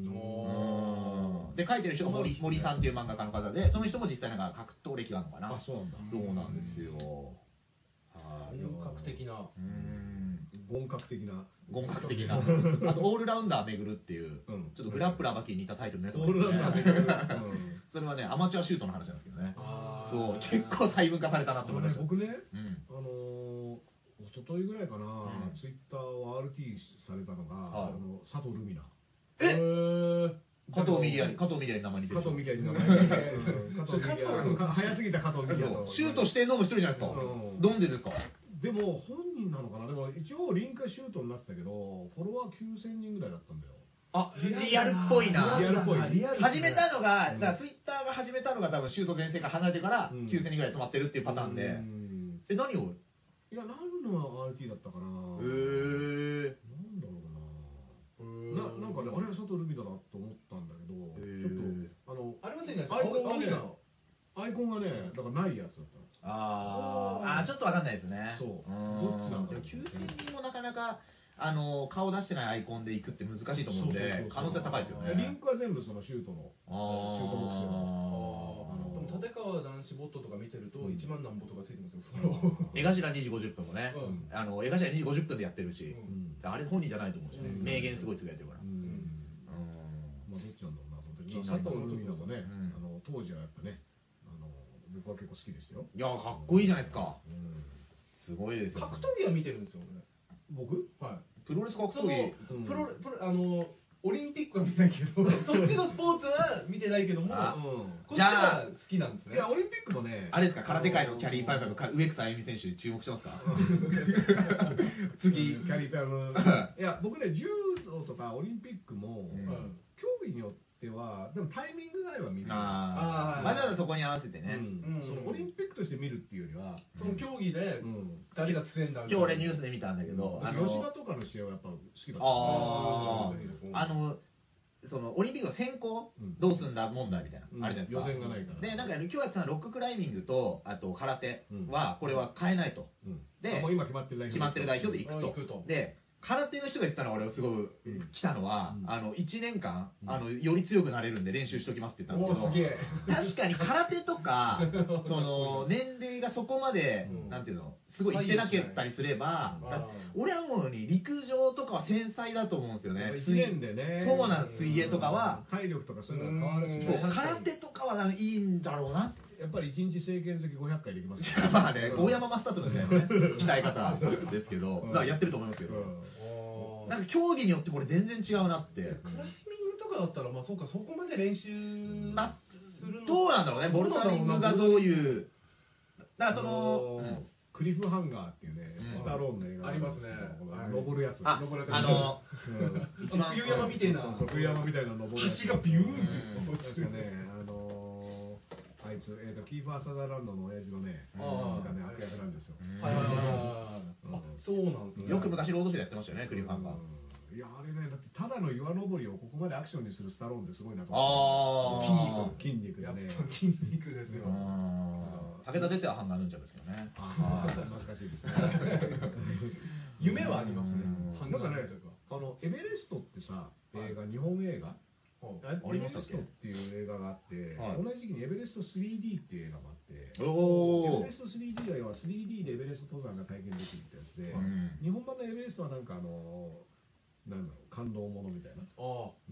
で書いてる人が森森さんっていう漫画家の方で、その人も実際なんか格闘歴があるのかな。 あ、そうなんだ。 そうなんですよ。 本格的な。 本格的な。 本格的な。あとオールラウンダー巡るっていうちょっとグラップラーバキに似たタイトルのやつ。 オールラウンダー巡る。 それはねアマチュアシュートの話なんですけどね。そう結構細分化されたなと思いました。 僕ね、あの一昨日ぐらいかな、ツイッターを アールティー されたのが佐藤ルミナ。 え加藤ミリアに加藤ミリアに名前似てる。 加藤ミリアに名前似てる。加藤ミリア早すぎた加藤ミリアの。 シュートしてんのも一人じゃないですか。どんでですか。 でも本人なのかな。でも一応リンクシュートになってたけどフォロワーきゅうせんにんぐらいだったんだよ。 あ、リアルっぽいな。 リアルっぽい。 始めたのが、だからツイッターが始めたのが多分シュート前線から離れてからきゅうせんにんぐらい止まってるっていうパターンで。え、何を？ いや、何の アールティー だったかな。 へえ。 なんだろうな。な、なんかね、あれは佐藤ルミだなと思ったんだけど、ちょっと、あの、 あれはね、 アイコンがね、アイコンがね、だからないやつだったの。 ああ、ちょっとわかんないですね。 そう。どっちなんだろう。 きゅうせんにんもなかなか、あの顔出してないアイコンで行くって難しいと思うんで、可能性高いですよね。 リンクは全部そのシュートの、シュートボックスの。でも立川男子ボットとか見てるといちまん何ぼとかついてますよ。 江頭にじごじゅっぷんもね、あの江頭にじごじゅっぷんでやってるし、あれ本人じゃないと思うしね。名言すごいつぶやいてるから。 まあどっちなんだろうなと思って。佐藤ルミナもね、あの当時はやっぱね、あの僕は結構好きでしたよ。 いやかっこいいじゃないですか。すごいですよ。 格闘技は見てるんですよね。 僕？ はい。 プロレス格闘技、 プロプロあのオリンピックは見ないけど、そっちのスポーツは見てないけども、こっちは好きなんですね。 いやオリンピックもね、 あれですか、空手界のキャリーパイプの植草あゆみ選手注目してますか？次キャリーパイプ。いや僕ね柔道とかオリンピックも競技によってはでもタイミングがあれば見る。 ああ、わざわざそこに合わせてね。 オリンピックとして見るっていうよりは、 その競技で誰が強いんだみたいな。 今日俺ニュースで見たんだけど、 あの吉田とかの試合はやっぱ好きだった。 ああ、あのそのオリンピックの選考どうすんだ問題みたいな、あれじゃないですか。 予選がないから。 でなんか今日やってたロッククライミングとあと空手はこれは変えないと。 でもう今決まってる代表。 決まってる代表で行くと。で空手の人が言ったのが俺すごい来たのは、あのいちねんかんあのより強くなれるんで練習しときますって言ったんですけど、確かに空手とかその年齢がそこまでなんていうのすごいいってなかったりすれば、俺は思うに陸上とかは繊細だと思うんですよね。 いちねんでね。 そうなん水泳とかは体力とかそういうのが変わるし、 空手とかはいいんだろうな。 やっぱりいちにち制限付きごひゃっかいできますよね。まあね、大山マスターとの時代のね、鍛え方ですけど、まあやってると思いますけど、なんか競技によってこれ全然違うなって。 クライミングとかだったら、まあそうか、そこまで練習まあ、どうなんだろうね、ボルダリングがどういう、だからその、 クリフハンガーっていうね、スタローンの映画ありますね。 登るやつ。 あの、 冬山みたいな。 冬山みたいな登るやつ。 橋がビューンって。 確かね、あの、あいつ、えっと、キーファー・サザーランドの親父のね、がね、悪役なんですよ。 はいはいはい。あ、そうなんですね。 よく昔ロードショーでやってましたよね、クリフハンガー。 いや、あれね、だってただの岩登りをここまでアクションにするスタローンってすごいなと思って。筋肉、筋肉でね。 筋肉ですよ。 武田鉄矢はハンガーヌンチャクですけどね。 ああ、懐かしいですね。 夢はありますね。 なんかね、あの、エベレストってさ、映画、日本映画エベレストっていう映画があって、同じ時期にエベレスト スリーディー っていう映画もあって、エベレスト スリーディー は スリーディー でエベレスト登山が体験できるってやつで、日本版のエベレストはなんかあの、なんだろう、感動ものみたいな。ああ。うん。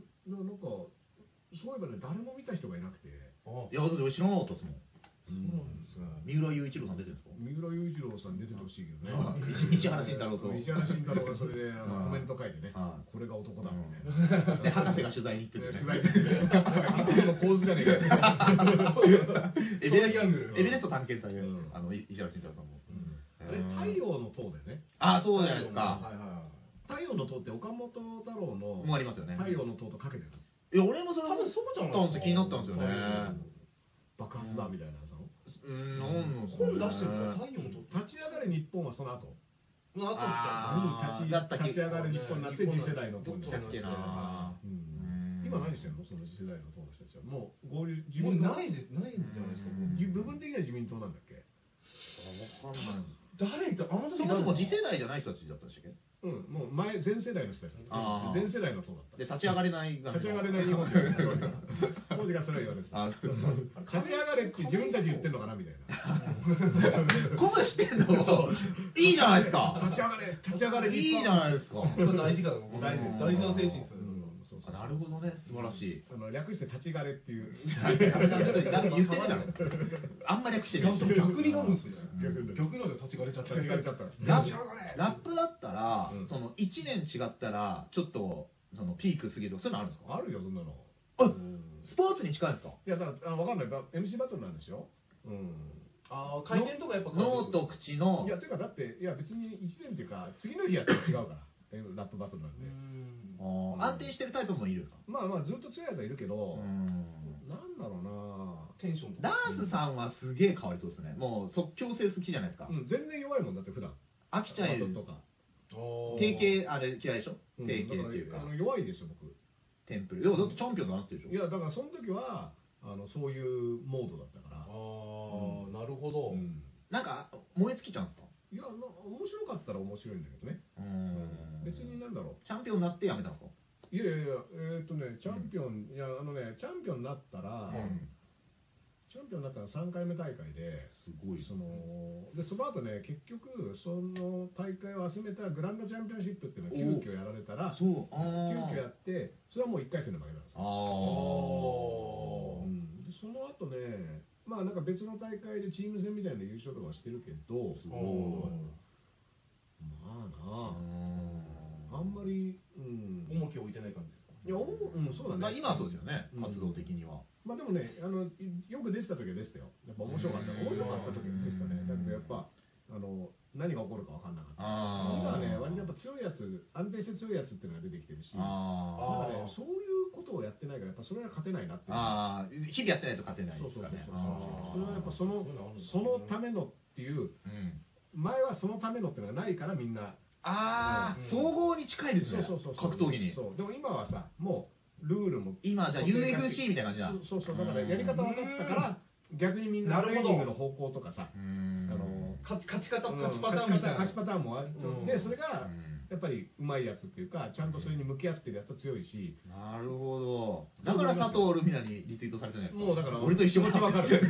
なんか、そういえばね、誰も見た人がいなくて。 ああ。いや、だって俺知らなかったですもん。 そうなんですが、 三浦雄一郎さん出てるんですか？ 三浦雄一郎さん出ててほしいけどね。 石原慎太郎と。 石原慎太郎がそれであのコメント書いてね、これが男だみたいな。 で、博士が取材に行ってる。 取材に行って。なんかニコの構図じゃねえか。エベレスト探検隊で、あの石原慎太郎さんも。 あれ太陽の塔でね。 あ、そうじゃないですか。 太陽の塔って岡本太郎のもありますよね。 太陽の塔とかけてる。 いや、俺もそれ多分そうじゃん。気になったんですよね。 爆発だみたいなさ。 うん、なんの本出してるから太陽の塔。 立ち上がれ日本はその後。 の後に立ち上がれ日本になって次世代の塔になったっけな。 今何してんのその次世代の塔の人たちは。もう合流自民党ないですないんじゃないですか。 部分的には自民党なんだっけ。 わかんない。 誰ってあの時そもそも次世代じゃない人たちだったんでしたっけ？ うん、もう前前世代の人たち。前世代の塔だった。 で立ち上がれない立ち上がれない日本じゃない。当時がそれは言われてた。立ち上がれって自分たち言ってんのかなみたいな。 鼓舞してんの？いいじゃないですか。 立ち上がれ立ち上がれ。 いいじゃないですか。 大事か大事です。大事な精神です。 なるほどね、素晴らしい。 あの略して立ちがれっていう。 言ってねえだろ。あんま略してない。 逆になるんですよ。 逆になる立ちがれちゃった。立ちがれちゃった。 ラップだったら、そのいちねん違ったらちょっとそのピーク過ぎるとかそういうのあるんですか？ あるよそんなの。 スポーツに近いんですか？ いやだからわかんない。エムシー バトルなんでしょ。うん。 ああ回転とかやっぱ脳と口の。 いやていうかだっていや別にいちねんっていうか次の日やったら違うから。ラップバトルなんで。 安定してるタイプもいるんですか？ まあまあずっと強いやつはいるけど、なんだろうなテンションダースさんはすげえ変わりそうですね。もう即興性好きじゃないですか。 全然弱いもんだって普段。 飽きちゃうとか。定型あれ嫌いでしょ？定型っていうか。 弱いですよ僕。 テンプル。いやだってチャンピオンになってるでしょ？ いやだからその時はあのそういうモードだったから。ああなるほど。 なんか燃え尽きちゃうんですか？ いや、面白かったら面白いんだけどね。別になんだろう。 チャンピオンになってやめたんですか？ いやいやいや、えっとね、チャンピオン、いや、あのね、チャンピオンになったら、チャンピオンになったらさんかいめ大会で、 すごい。 その、で、その後ね、結局、その大会を集めたグランドチャンピオンシップっていうのを急遽やられたら、急遽やって、それはもういっかい戦で負けたんですよ。その後ね、まあなんか別の大会でチーム戦みたいな優勝とかはしてるけど、すごい。まあなあ、あんまり、うん。 重きを置いてない感じですか？ いや、うん、そうだね。 今はそうですよね、活動的には。 まあでもね、あの、よく出てた時は出てたよ。やっぱ面白かった。面白かった時は出てたね。だけどやっぱ、あの、何が起こるか分かんなかった。今はね、割とやっぱ強いやつ、安定して強いやつっていうのが出てきてるし、なんかね、そういうことをやってないから、やっぱそれは勝てない。 ないなっていう。 ああ、日々やってないと勝てないですかね。 それはやっぱそのそのためのっていう、前はそのためのっていうのがないからみんな。 ああ、総合に近いですね。格闘技に。 そう。でも今はさ、もうルールも今じゃあ ユーエフシー みたいな感じだ。 そうそう、だからやり方分かったから逆にみんなトレーニングの方向とかさ、あの勝ち方勝ちパターンみたいな勝ちパターンもあると、でそれがやっぱりうまいやつっていうか、ちゃんとそれに向き合ってるやつは強いし。 なるほど。だから佐藤ルミナにリツイートされてないですか。 もうだから俺と一緒にわかる。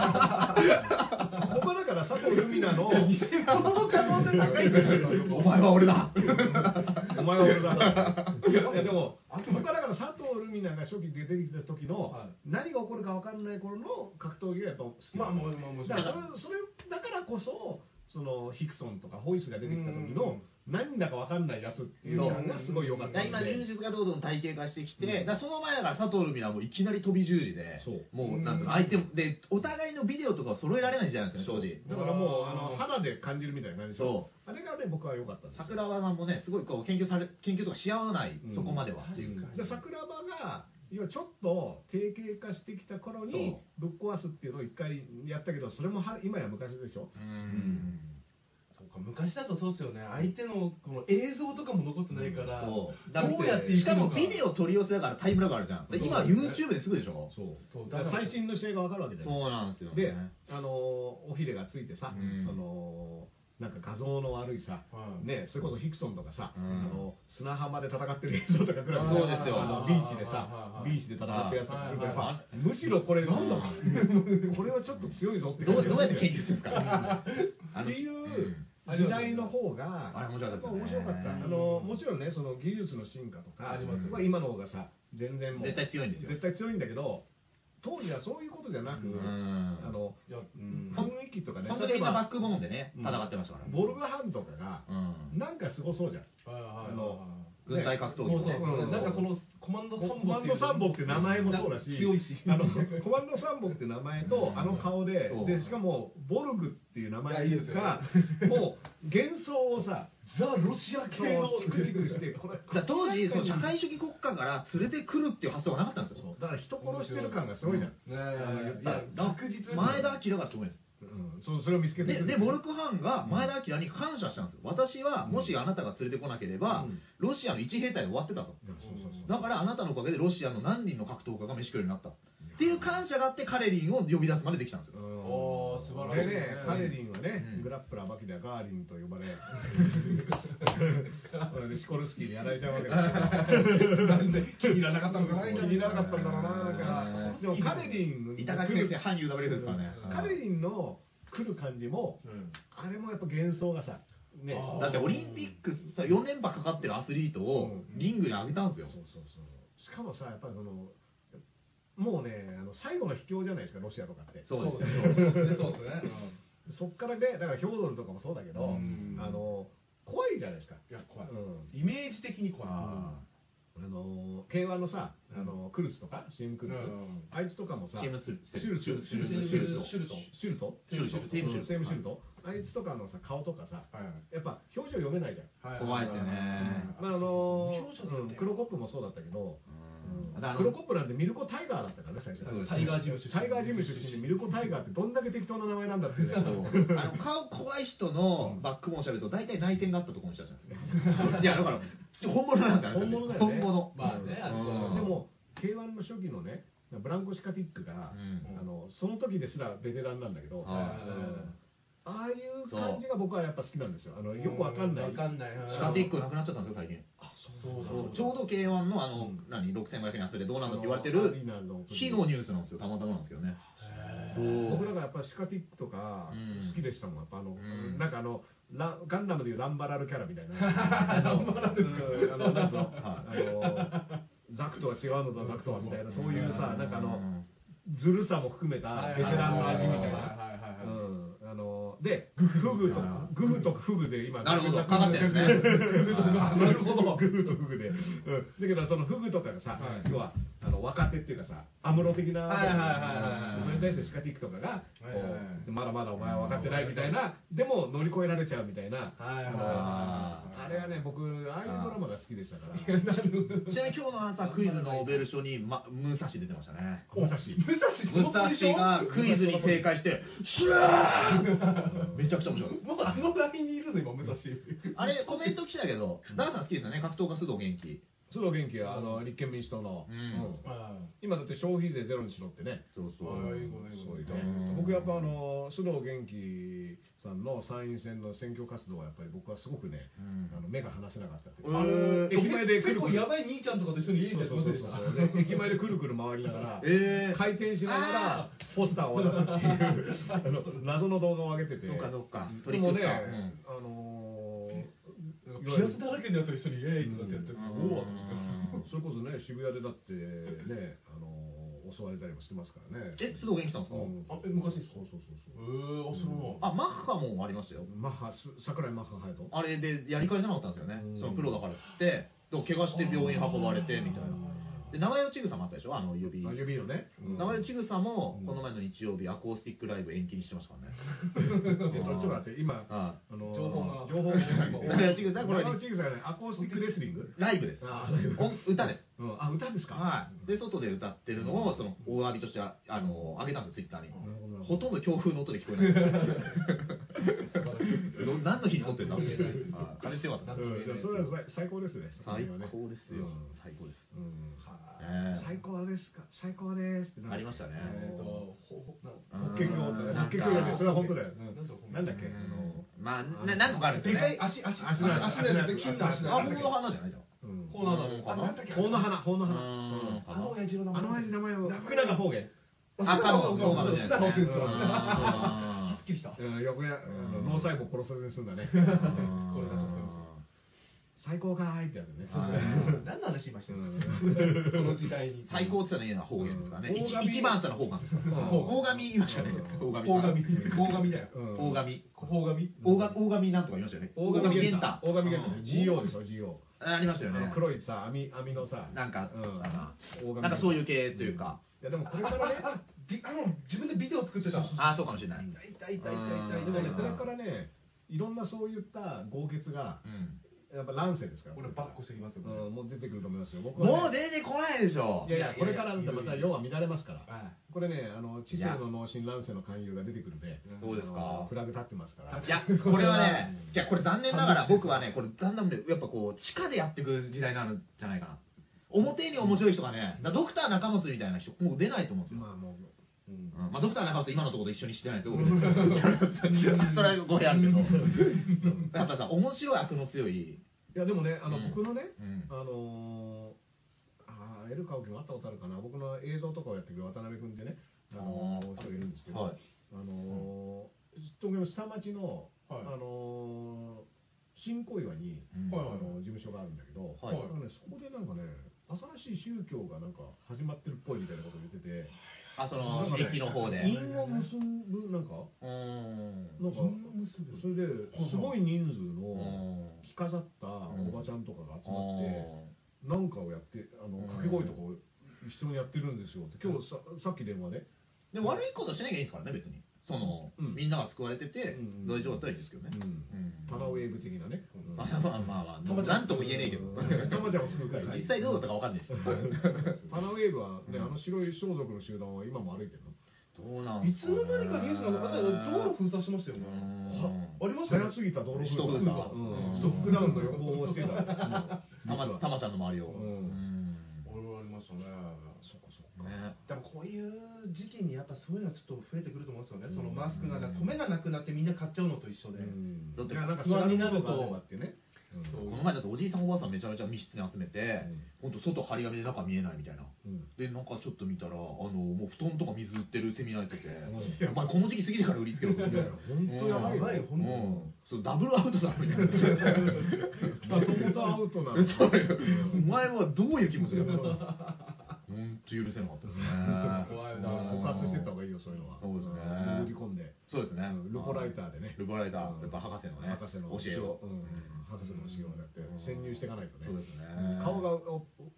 僕はだから佐藤ルミナの偽物の可能性高いから。 お前は俺だ。 お前は俺だ。いやでも僕はだから佐藤ルミナが初期で出てきた時の何が起こるか分かんない頃の格闘技がやっぱ好き。 まあもう面白い。 だからそれだからこそそのヒクソンとかホイスが出てきた時の何だか分かんないやつっていうのがすごい良かったんで。 今柔術がどんどん体系化してきて、だその前だから佐藤ルミナはもういきなり飛び十字で、もうなんていうの相手でお互いのビデオとかを揃えられないじゃないですか当時。 だからもうあの肌で感じるみたいな感じでしょ。あれがね僕は良かったんです。 桜庭さんもねすごいこう研究され研究とかし合わない、そこまでは。 で桜庭が要はちょっと定型化してきた頃にぶっ壊すっていうのを一回やったけど、それもは今や昔でしょ。 うん昔だとそうですよね。相手のこの映像とかも残ってないから、どうやってしかもビデオ取り寄せだからタイムラグあるじゃん。今 YouTube ですぐでしょ。 そうだから最新の試合が分かるわけじゃん。 そうなんですよ。 であのおひれがついてさ、そのなんか画像の悪いさ、ね、それこそヒクソンとかさ、あの砂浜で戦ってる映像とかくらい、 そうですよ。 ビーチでさ、ビーチで戦ってるやつとか、やっぱむしろこれなんだこれはちょっと強いぞってどうやって研究するんですか。 っていう時代の方が面白かった。あのもちろんね、その技術の進化とか今の方がさ全然もう絶対強いんですよ。 絶対強いんだけど。当時はそういうことじゃなく、あの雰囲気とかね、 本当にみんなバックボーンでね戦ってましたから。 ボルグハンとかがなんかすごそうじゃん。あの軍隊格闘技ね。なんかそのコマンドサンボって名前もそうだし、 強いし、 あのコマンドサンボって名前とあの顔で、でしかもボルグっていう名前がもう幻想をさ。ザ・ロシア系のチクチクしてこれ当時その社会主義国家から連れてくるっていう発想がなかったんですよ。 だから人殺してる感がすごいじゃん。 いや確実に前田明がすごいです。 そうそれを見つけてでボルクハンが前田明に感謝したんですよ。私はもしあなたが連れてこなければロシアの一兵隊で終わってたと。だからあなたのおかげでロシアの何人の格闘家が飯食うようになったっていう感謝があってカレリンを呼び出すまでできたんですよ。 おー素晴らしい。 でね、カレリンはねグラップラーバキではガーリンと呼ばれシコルスキーにやられちゃうわけだ。 なんで気に入らなかったのかな。 気に入らなかったんだろうな。なんかでもカレリン板垣先生反 ユーダブリューエフ ですからね。 カレリンの来る感じもあれもやっぱ幻想がさ。 ね、だってオリンピックさよん連覇かかってるアスリートをリングに上げたんですよ。 そうそうそう。しかもさやっぱりそのもうねあの最後の秘境じゃないですかロシアとかって。 そうですね。そうですね。 そっからねだからヒョードルとかもそうだけどあの怖いじゃないですか。 いや怖い。イメージ的に怖い。 あの ケーワン のさあのクルツとかシェームクルツあいつとかもさシュルトシュルトシュルトシュルトセームシュルトあいつとかのさ顔とかさやっぱ表情読めないじゃん。 怖いですよね。 あのクロコップもそうだったけどクロコップなんてミルコタイガーだったからね最初。 タイガージム出身。 タイガージム出身でミルコタイガーってどんだけ適当な名前なんだってね。 あの顔怖い人のバックボーンをしゃべると大体内戦があったところの人たちなんですね。いやだから本物なんですよ。 本物だよね。 本物。 まあね。 でも ケーワン の初期のねブランコ・シカティックがあのその時ですらベテランなんだけど。ああいう感じが僕はやっぱ好きなんですよ。あのよくわかんない。 わかんない。 シカティックなくなっちゃったんですよ最近。 あ、そうそう。ちょうど ケーワン のあの何ろくせんごひゃくえん安でどうなんだって言われてる日のニュースなんですよ。たまたまなんですけどね。 僕なんかやっぱシカティックとか好きでしたもん。やっぱあのなんかあのガンダムでいうランバラルキャラみたいな。ランバラルですか。あのなんつうのあのザクとは違うのとザクとはみたいなそういうさなんかあのずるさも含めたベテランの味みたいな。あのでグフとグフとフグで今なるほどかかってるんですね。 なるほどグフとフグで。だけどそのフグとかがさ要はあの若手っていうかさアムロ的なそれ対してシカティックとかがこうまだまだお前は分かってないみたいな、でも乗り越えられちゃうみたいな、あれはね僕ああいうドラマが好きでしたから。ちなみに今日の朝クイズノーベル賞に武蔵出てましたね。 武蔵武蔵がクイズに正解してシューめちゃくちゃ面白い。 もうあのラインにいるの今武蔵。 あれコメント来たけどダーさん好きですよね。格闘家須藤元気。 須藤元気はあの立憲民主党の、今だって消費税ゼロにしろってね。そうそう。僕やっぱあの須藤元気さんの参院選の選挙活動はやっぱり僕はすごくね、あの目が離せなかったっていう。駅前でくるくるやばい兄ちゃんとかと一緒に家にやってませんでした。駅前でくるくる回りながら回転しながらポスターを渡すっていう謎の動画を上げてて。 そうかそうか。 でもね、あのピアスだらけのやつと一緒にイエーイとかってやってる。おお。それこそね渋谷でだってねあの襲われたりもしてますからね。 え須藤元気さんですか？ あえ昔ですか？ そうそうそうそう。 ええあそのあマッハもありますよ。 マッハ桜井マッハ隼人。 あれでやり返せなかったんですよね。そのプロだからっつってでも怪我して病院運ばれてみたいな。で長与千草もあったでしょ、あの指。 指のね。 長与千草もこの前の日曜日アコースティックライブ延期にしてますからね。 ちょっと待って今あの情報が情報が長与千草これ長与千草ねアコースティックレスリングライブです。歌です。 あ歌ですか。 はい。で外で歌ってるのをそのお詫びとしてあの上げたんですよツイッターに。ほとんど強風の音で聞こえない。何の日に撮ってんだって。あれってよかった。 それは最高ですね。 最高ですよ。最高です。 最高ですか最高ですってありましたね。 えっと法華経法華経ねそれは本当だよ。なんだっけまあ何個かあるんですよね。 でかい足足足のやつ金の足のあ僕の花じゃないじゃん。 法の花なんだっけ法の花法の花あの親父の名前あの親父の名前を福永方言。 あかもそうかもしれない。 はっきりした。 横や脳細胞殺さずに済んだね。これだと思います。最高かーいってやつね。 何の話しましたこの時代に。 最高って言ったら方言ですからね。一番下の方言ですから。大神言いましたね。大神。 大神。大神だよ。 大神。 大神。 大神なんとか言いましたよね。 大神玄太。大神玄太。ジーオー でしょ ジーオー。 ありましたよね。 黒いさ網網のさなんかなんかそういう系というか。 いやでもこれからねあの自分でビデオ作ってた。 あそうかもしれない。 痛い痛い痛い痛い痛い。 でもねこれからねいろんなそういった豪傑がやっぱ乱世ですから。 これバッコしてきますよ。 もう出てくると思いますよ。 もう出てこないでしょ。 いやいやこれからまた世は乱れますから。これねあの知性の脳神乱世の勧誘が出てくるんで。 そうですか。 フラグ立ってますから。 いやこれはねいやこれ残念ながら僕はねこれだんだんやっぱこう地下でやっていく時代になるんじゃないかな。表に面白い人がねドクター中松みたいな人もう出ないと思うんですよ。まあもう。まあドクター中松今のところと一緒にしてないですよ。それは語弊あるけど。やっぱさ面白い悪の強い。 いやでもねあの僕のねあのあエルカオキもあったことあるかな。僕の映像とかをやってくる渡辺君ってねあの人がいるんですけどあの東京の下町のあの新小岩に事務所があるんだけどそこでなんかね新しい宗教がなんか始まってるっぽいみたいなことを言ってて。 あその駅の方で韻を結ぶなんかなんかそれですごい人数の着飾ったおばちゃんとかが集まってなんかをやってあの掛け声とかを一緒にやってるんですよって今日ささっき電話で。 で悪いことしなきゃいいんですからね別に。そのみんなが救われてて大丈夫だったらいいですけどね。 パラウェーブ的なね。 まあまあまあなんとも言えねえけど。 たまちゃんを救う会。 実際どうだったかわかんないです。 パラウェーブはねあの白い装束の集団は今も歩いてるの。 どうなんいつの間にかニュースがまた道路封鎖しましたよね。ありましたね。 早すぎた道路封鎖。ストックダウンの予報をしてた。 たまちゃんの周りを。 俺はありましたね。そっかそっか。でもこういう時期にやっぱそういうのはちょっと増えてくると思うんですよね。そのマスクが米がなくなってみんな買っちゃうのと一緒で。 だってなんか不安になると。 この前だっておじいさんおばあさんめちゃめちゃ密室に集めて本当外張り紙で中見えないみたいなでなんかちょっと見たらあのもう布団とか水売ってるセミナーやっててお前この時期過ぎてから売りつけろって本当やばいよ本当ダブルアウトだみたいなダブルアウトなのお前はどういう気持ちだ本当許せなかったですね怖いな告発してった方がいいよそういうのはそうですね売り込んでそうですねルポライターでねルポライターやっぱ博士のね博士の教えを博士の教えをだって潜入していかないとねそうですね顔が割れ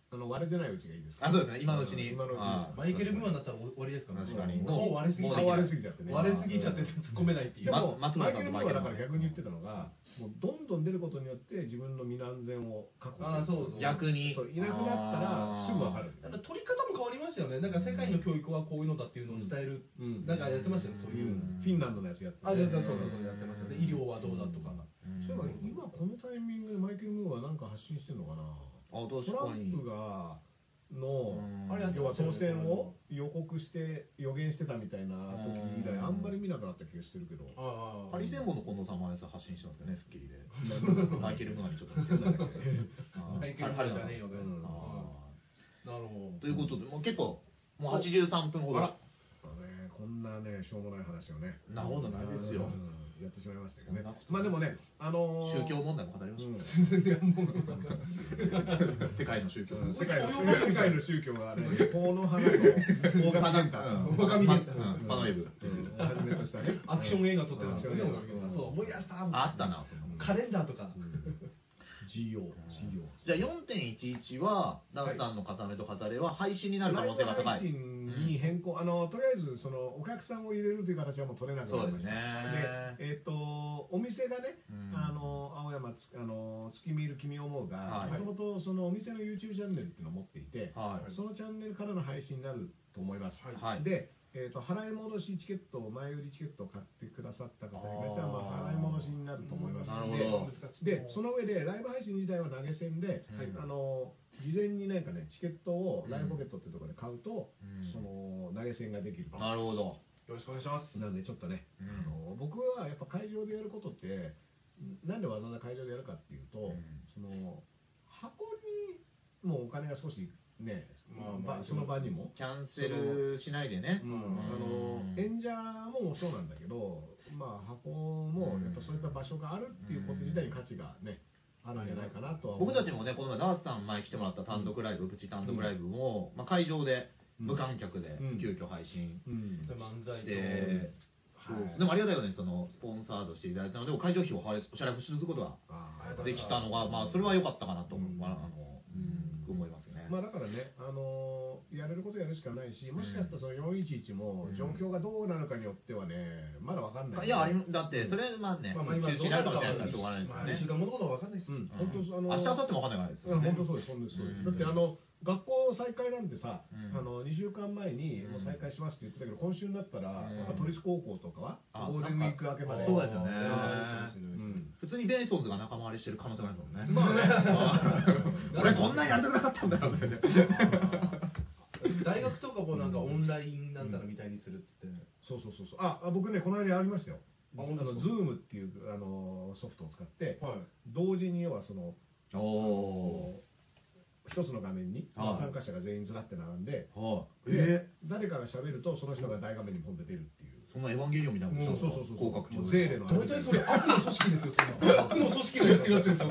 れてないうちがいいですか。 あ、そうですね、今のうちに。 今のうちに。 マイケル・ムーアになったら終わりですからね。 確かに。 もう割れすぎ顔割れすぎちゃってね。 割れすぎちゃって突っ込めないっていう。 でもマイケル・ムーアだから逆に言ってたのが、もうどんどん出ることによって自分の身の安全を確保する。 逆に。 そう、いなくなったらすぐ分かる。 やっぱ取り方も変わりましたよね。なんか世界の教育はこういうのだっていうのを伝える。なんかやってましたよね、そういう。 フィンランドのやつやって。 あ、そうそうそうやってましたね。医療はどうだとか。 そういえば今このタイミングでマイケル・ムーアなんか発信してんのかな。 トランプがの要は当選を予告して予言してたみたいな時以来あんまり見なくなった気がしてるけど。 ハリセンボンの近藤さんも発信してますよね、スッキリで。マイケル・ムーアにちょっと似てるんだけど。 マイケル・ムーアじゃねえよね。なるほど。 ということで、もう結構もうはちじゅうさんぷんほど。 こんなねしょうもない話をね。 なるほどないですよ。 やってしまいましたけどね。まあでもね、あの宗教問題も語りましょう。世界の宗教。 世界の世界の宗教がね、この花の大型センター、 大神センター、パノエブをはじめとしたね、 アクション映画撮ってたんですよね。そう思い出した。 あったな。 カレンダーとか。 ジーオー、ジーオー。 じゃあ よんてんいちいち はダウさんの固めと語れは配信になる可能性が高い。 配信に変更、あのとりあえずそのお客さんを入れるという形はもう取れなくなりました。で、えっとお店がね、あの青山つあの月見る君思うがもともとそのお店の YouTube チャンネルっていうのを持っていて、そのチャンネルからの配信になると思います。で。えー、と払い戻しチケットを前売りチケットを買ってくださった方に関してはまあ払い戻しになると思いますので、でその上でライブ配信自体は投げ銭で、うん、あの事前になんかねチケットをライブポケットっていうところで買うと、うん、その投げ銭ができる。 なるほど。 よろしくお願いします。 なんでちょっとね、うん、あの僕はやっぱ会場でやることってなんでわざわざ会場でやるかっていうと、うん、その箱にもうお金が少しね、まあ、その場にもキャンセルしないでね、 うん、あの演者もそうなんだけど、まあ、箱もやっぱそういった場所があるっていうこと自体に価値がね、あるんじゃないかなとは思う。 僕たちもね、この前ダースさん前来てもらった単独ライブ、プチ単独ライブも、まあ、会場で無観客で急遽配信して、でもありがたいよね、そのスポンサードしていただいたので会場費をお支払いすることができたのが、まあ、それは良かったかなと思います。 まあだからね、あのー、やれることやるしかないし、もしかしたらそのよんいちいちも状況がどうなるかによってはね、まだわかんない。 いや、だってそれはまあね、 まあ今どうなるかはしょうがないですからね。いっしゅうかんごのことはわかんないです。 本当あの明日明後日もわかんないからですよね。本当そうです、本当そうです。だってあの学校再開なんてさ、あのにしゅうかんまえにもう再開しますって言ってたけど、今週になったらやっぱ都立高校とかはゴールデンウィーク明けまで。 そうですよね。普通にベイソンズが仲間割れしてる可能性があるもんね。まあね。俺こんなんやりたくなかったんだよね。 大学とかもなんかオンラインなんだらみたいにするっつって。 そうそうそうそう。あ、僕ねこの間やりましたよ。あのズームっていうあのソフトを使って同時に要はその一つの画面に参加者が全員ずらって並んで、誰かが喋るとその人が大画面にポンで出るっていう。 そんなエヴァンゲリオンみたいなことそうそうそうそう。ゼーレの。 大体それ悪の組織ですよ。そんな悪の組織がやってるやつですよ。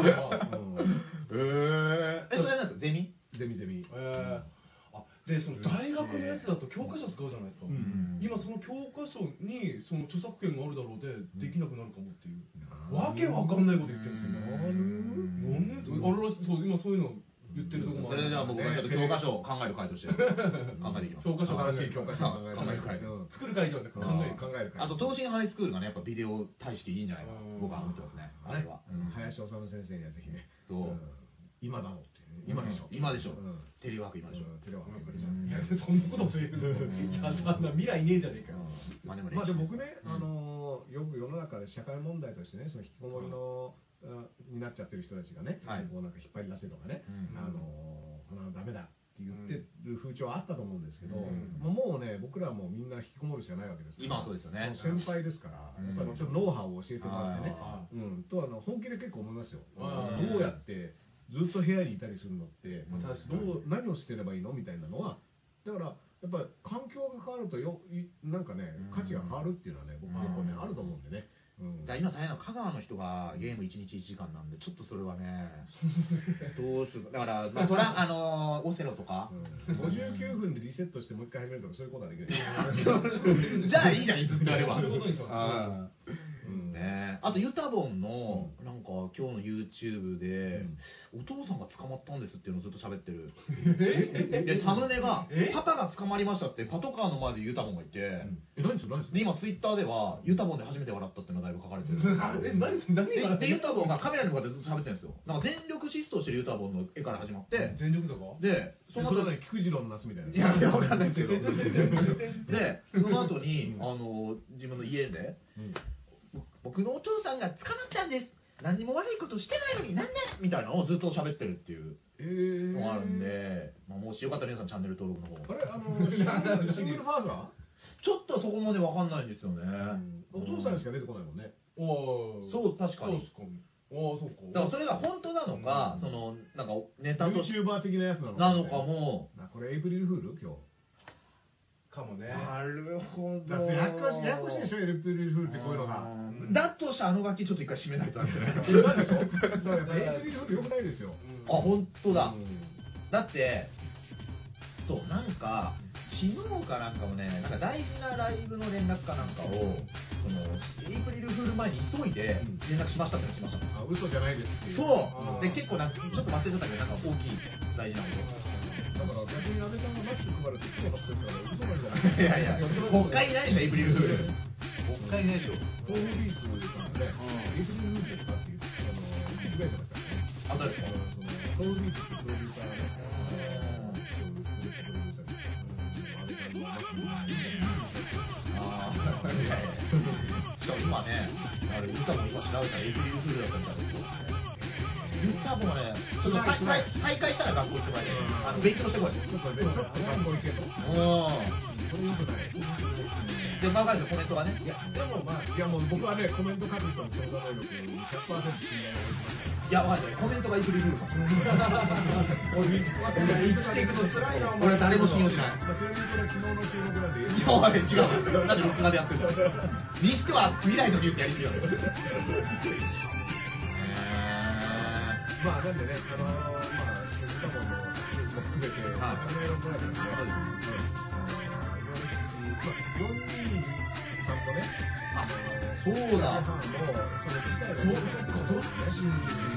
ええ。え、それなんですか？ゼミ？ ゼミゼミ。 ええ。あ、でその大学のやつだと教科書使うじゃないですか。今その教科書にその著作権があるだろうでできなくなるかもっていう。わけわかんないこと言ってるんですよ。なんで？あれそう今そういうの。言ってるとこもそれでは僕がちょっと教科書を考える会として考えていきます。 教科書新しい教科書を考える会。 作る会ではなく考える考える会。 あと東進ハイスクールがねやっぱビデオ大式いいんじゃないか僕は思ってますね。あれは林修先生にはぜひね。 そう今だろうって今でしょ。 今でしょ。テレワーク今でしょ。 テレワーク今でしょ。 そんなこと教えるの。未来ねえじゃねえかよ。 まあで僕ねあのよく世の中で社会問題としてねその引きこもりのになっちゃってる人たちがね、こうなんか引っ張り出せとかね、あのダメだって言ってる風潮はあったと思うんですけど、もうね僕らはもうみんな引きこもるしかないわけです。 今はそうですよね。 先輩ですから、やっぱりちょっとノウハウを教えてもらってね、うんとあの本気で結構思いますよ。どうやってずっと部屋にいたりするのってどう何をしてればいいのみたいなのはだからやっぱり環境が変わるとよなんかね価値が変わるっていうのはね僕結構ねあると思うんでね。 うん、今大変な香川の人がゲームいちにちいちじかんなんでちょっとそれはねどうするだから、まあ、トラあのー、オセロとか、 うん、ごじゅうきゅうふんでリセットしてもう一回始めるとかそういうことはできるじゃあいいじゃんいつってやればああとユタボンのなんか今日の YouTube で、お父さんが捕まったんですっていうのをずっと喋ってる。でサムネがパパが捕まりましたってパトカーの前でユタボンがいて、 え何それ何それ。 で今ツイッターではユタボンで初めて笑ったっていうのがだいぶ書かれてる。 え何それ何が。 でユタボンがカメラに向かってずっと喋ってるんですよ。なんか全力疾走してるユタボンの絵から始まって、 全力とか。 でその後に菊次郎の夏みたいな。 いやいやわかんないですけど。でその後にあの自分の家で。僕のお父さんが捕まったんです。何にも悪いことしてないのになんでみたいなのをずっと喋ってるっていうのがあるんで、まあ、もしよかったら皆さんチャンネル登録の方。 あれあのシングルファーザー？ ちょっとそこまでわかんないんですよね。 お父さんしか出てこないもんね。 おそう確かに。 おそうか。 だからそれが本当なのか、そのなんかネタと YouTuber 的なやつなのかなのかも。 これエイプリルフール今日。 かもね。 なるほど。 ややこしいややこしいでしょエイプリルフールってこういうのが。 だとしたらあの楽器ちょっと一回締めないとダメじゃないですか。 なんでしょ。だからエイプリルフール良くないですよ。 あ本当だ。だってそうなんか昨日かなんかもねなんか大事なライブの連絡かなんかをそのエイプリルフール前に急いで連絡しましたっての来ました。 あ嘘じゃないですっていう。 そうで結構なんかちょっと忘れちゃったけどなんか大きい大事なこと。 だから逆に安倍さんがマスク配るって聞こうとしてたら嘘なんじゃないいやいや国会いないでしょエイプリルフール。国会いないでしょ。 東武ビーツさんねエイプリルフールですかっていうあのつぶやいてましたね。 あ誰ですか。 東武ビーツってプロデューサーね。 しかも今ね、あれ歌も今調べたらエイプリルフールだったみたいですよ。歌もね、ちょっと再開したら学校行ってもらえる。あの勉強してこい。ちょっと学校行けと。うん。それよくない。で、まあ、かるコメントがね。いや、でもまあ、いやもう僕はね、コメント書く人の調査能力に ひゃくパーセント 信頼を置いてます。いや、わかんない。コメントがエイプリルフールか。俺誰も信用しない。 それにこれ昨日の収録なんで。 いや、おい、違う。なんで録画でやってるのにしては未来のニュースやりすぎだよ。 まあなんでね、あのー、まあ、歌もも含めて、あのメロンブラザーズね、まあ、よんにんさんもね、 あ、そうだ。 もう、その自体がどうかどっちに、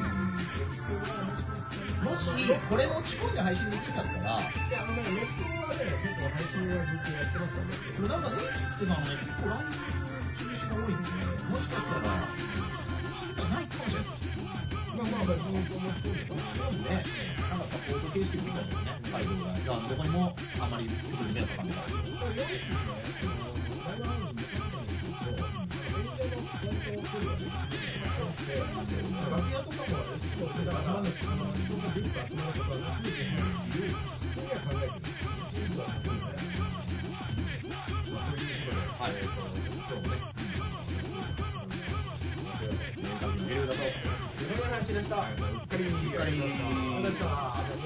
もし、これも落ち込んで配信できるんだったら、いや、あのね、ロックはね、結構配信はずっとやってますからね。 これなんかネイキッドなのね、結構ライブ中止が多いんで、もしかしたら、ないかもしれない。 まあまあ、別に思ってるんですけどね、なんかサポート形式みたいですね、ライブが。じゃあ、どこにもあんまり特に迷惑かかんないから。 これ、よんですね、ライブハウスに行ったんですけど、演者の本当距離がね、楽屋とかも、そう、だから、人がずっと集まることはなくて、っていうふうには考えてるんですよ。そういうことはですね。まあ、ということで、はい、えっと、今日もね、 年間の理由だと。 自分の話でした。 うっかり、 うっかり。 ありがとうございました。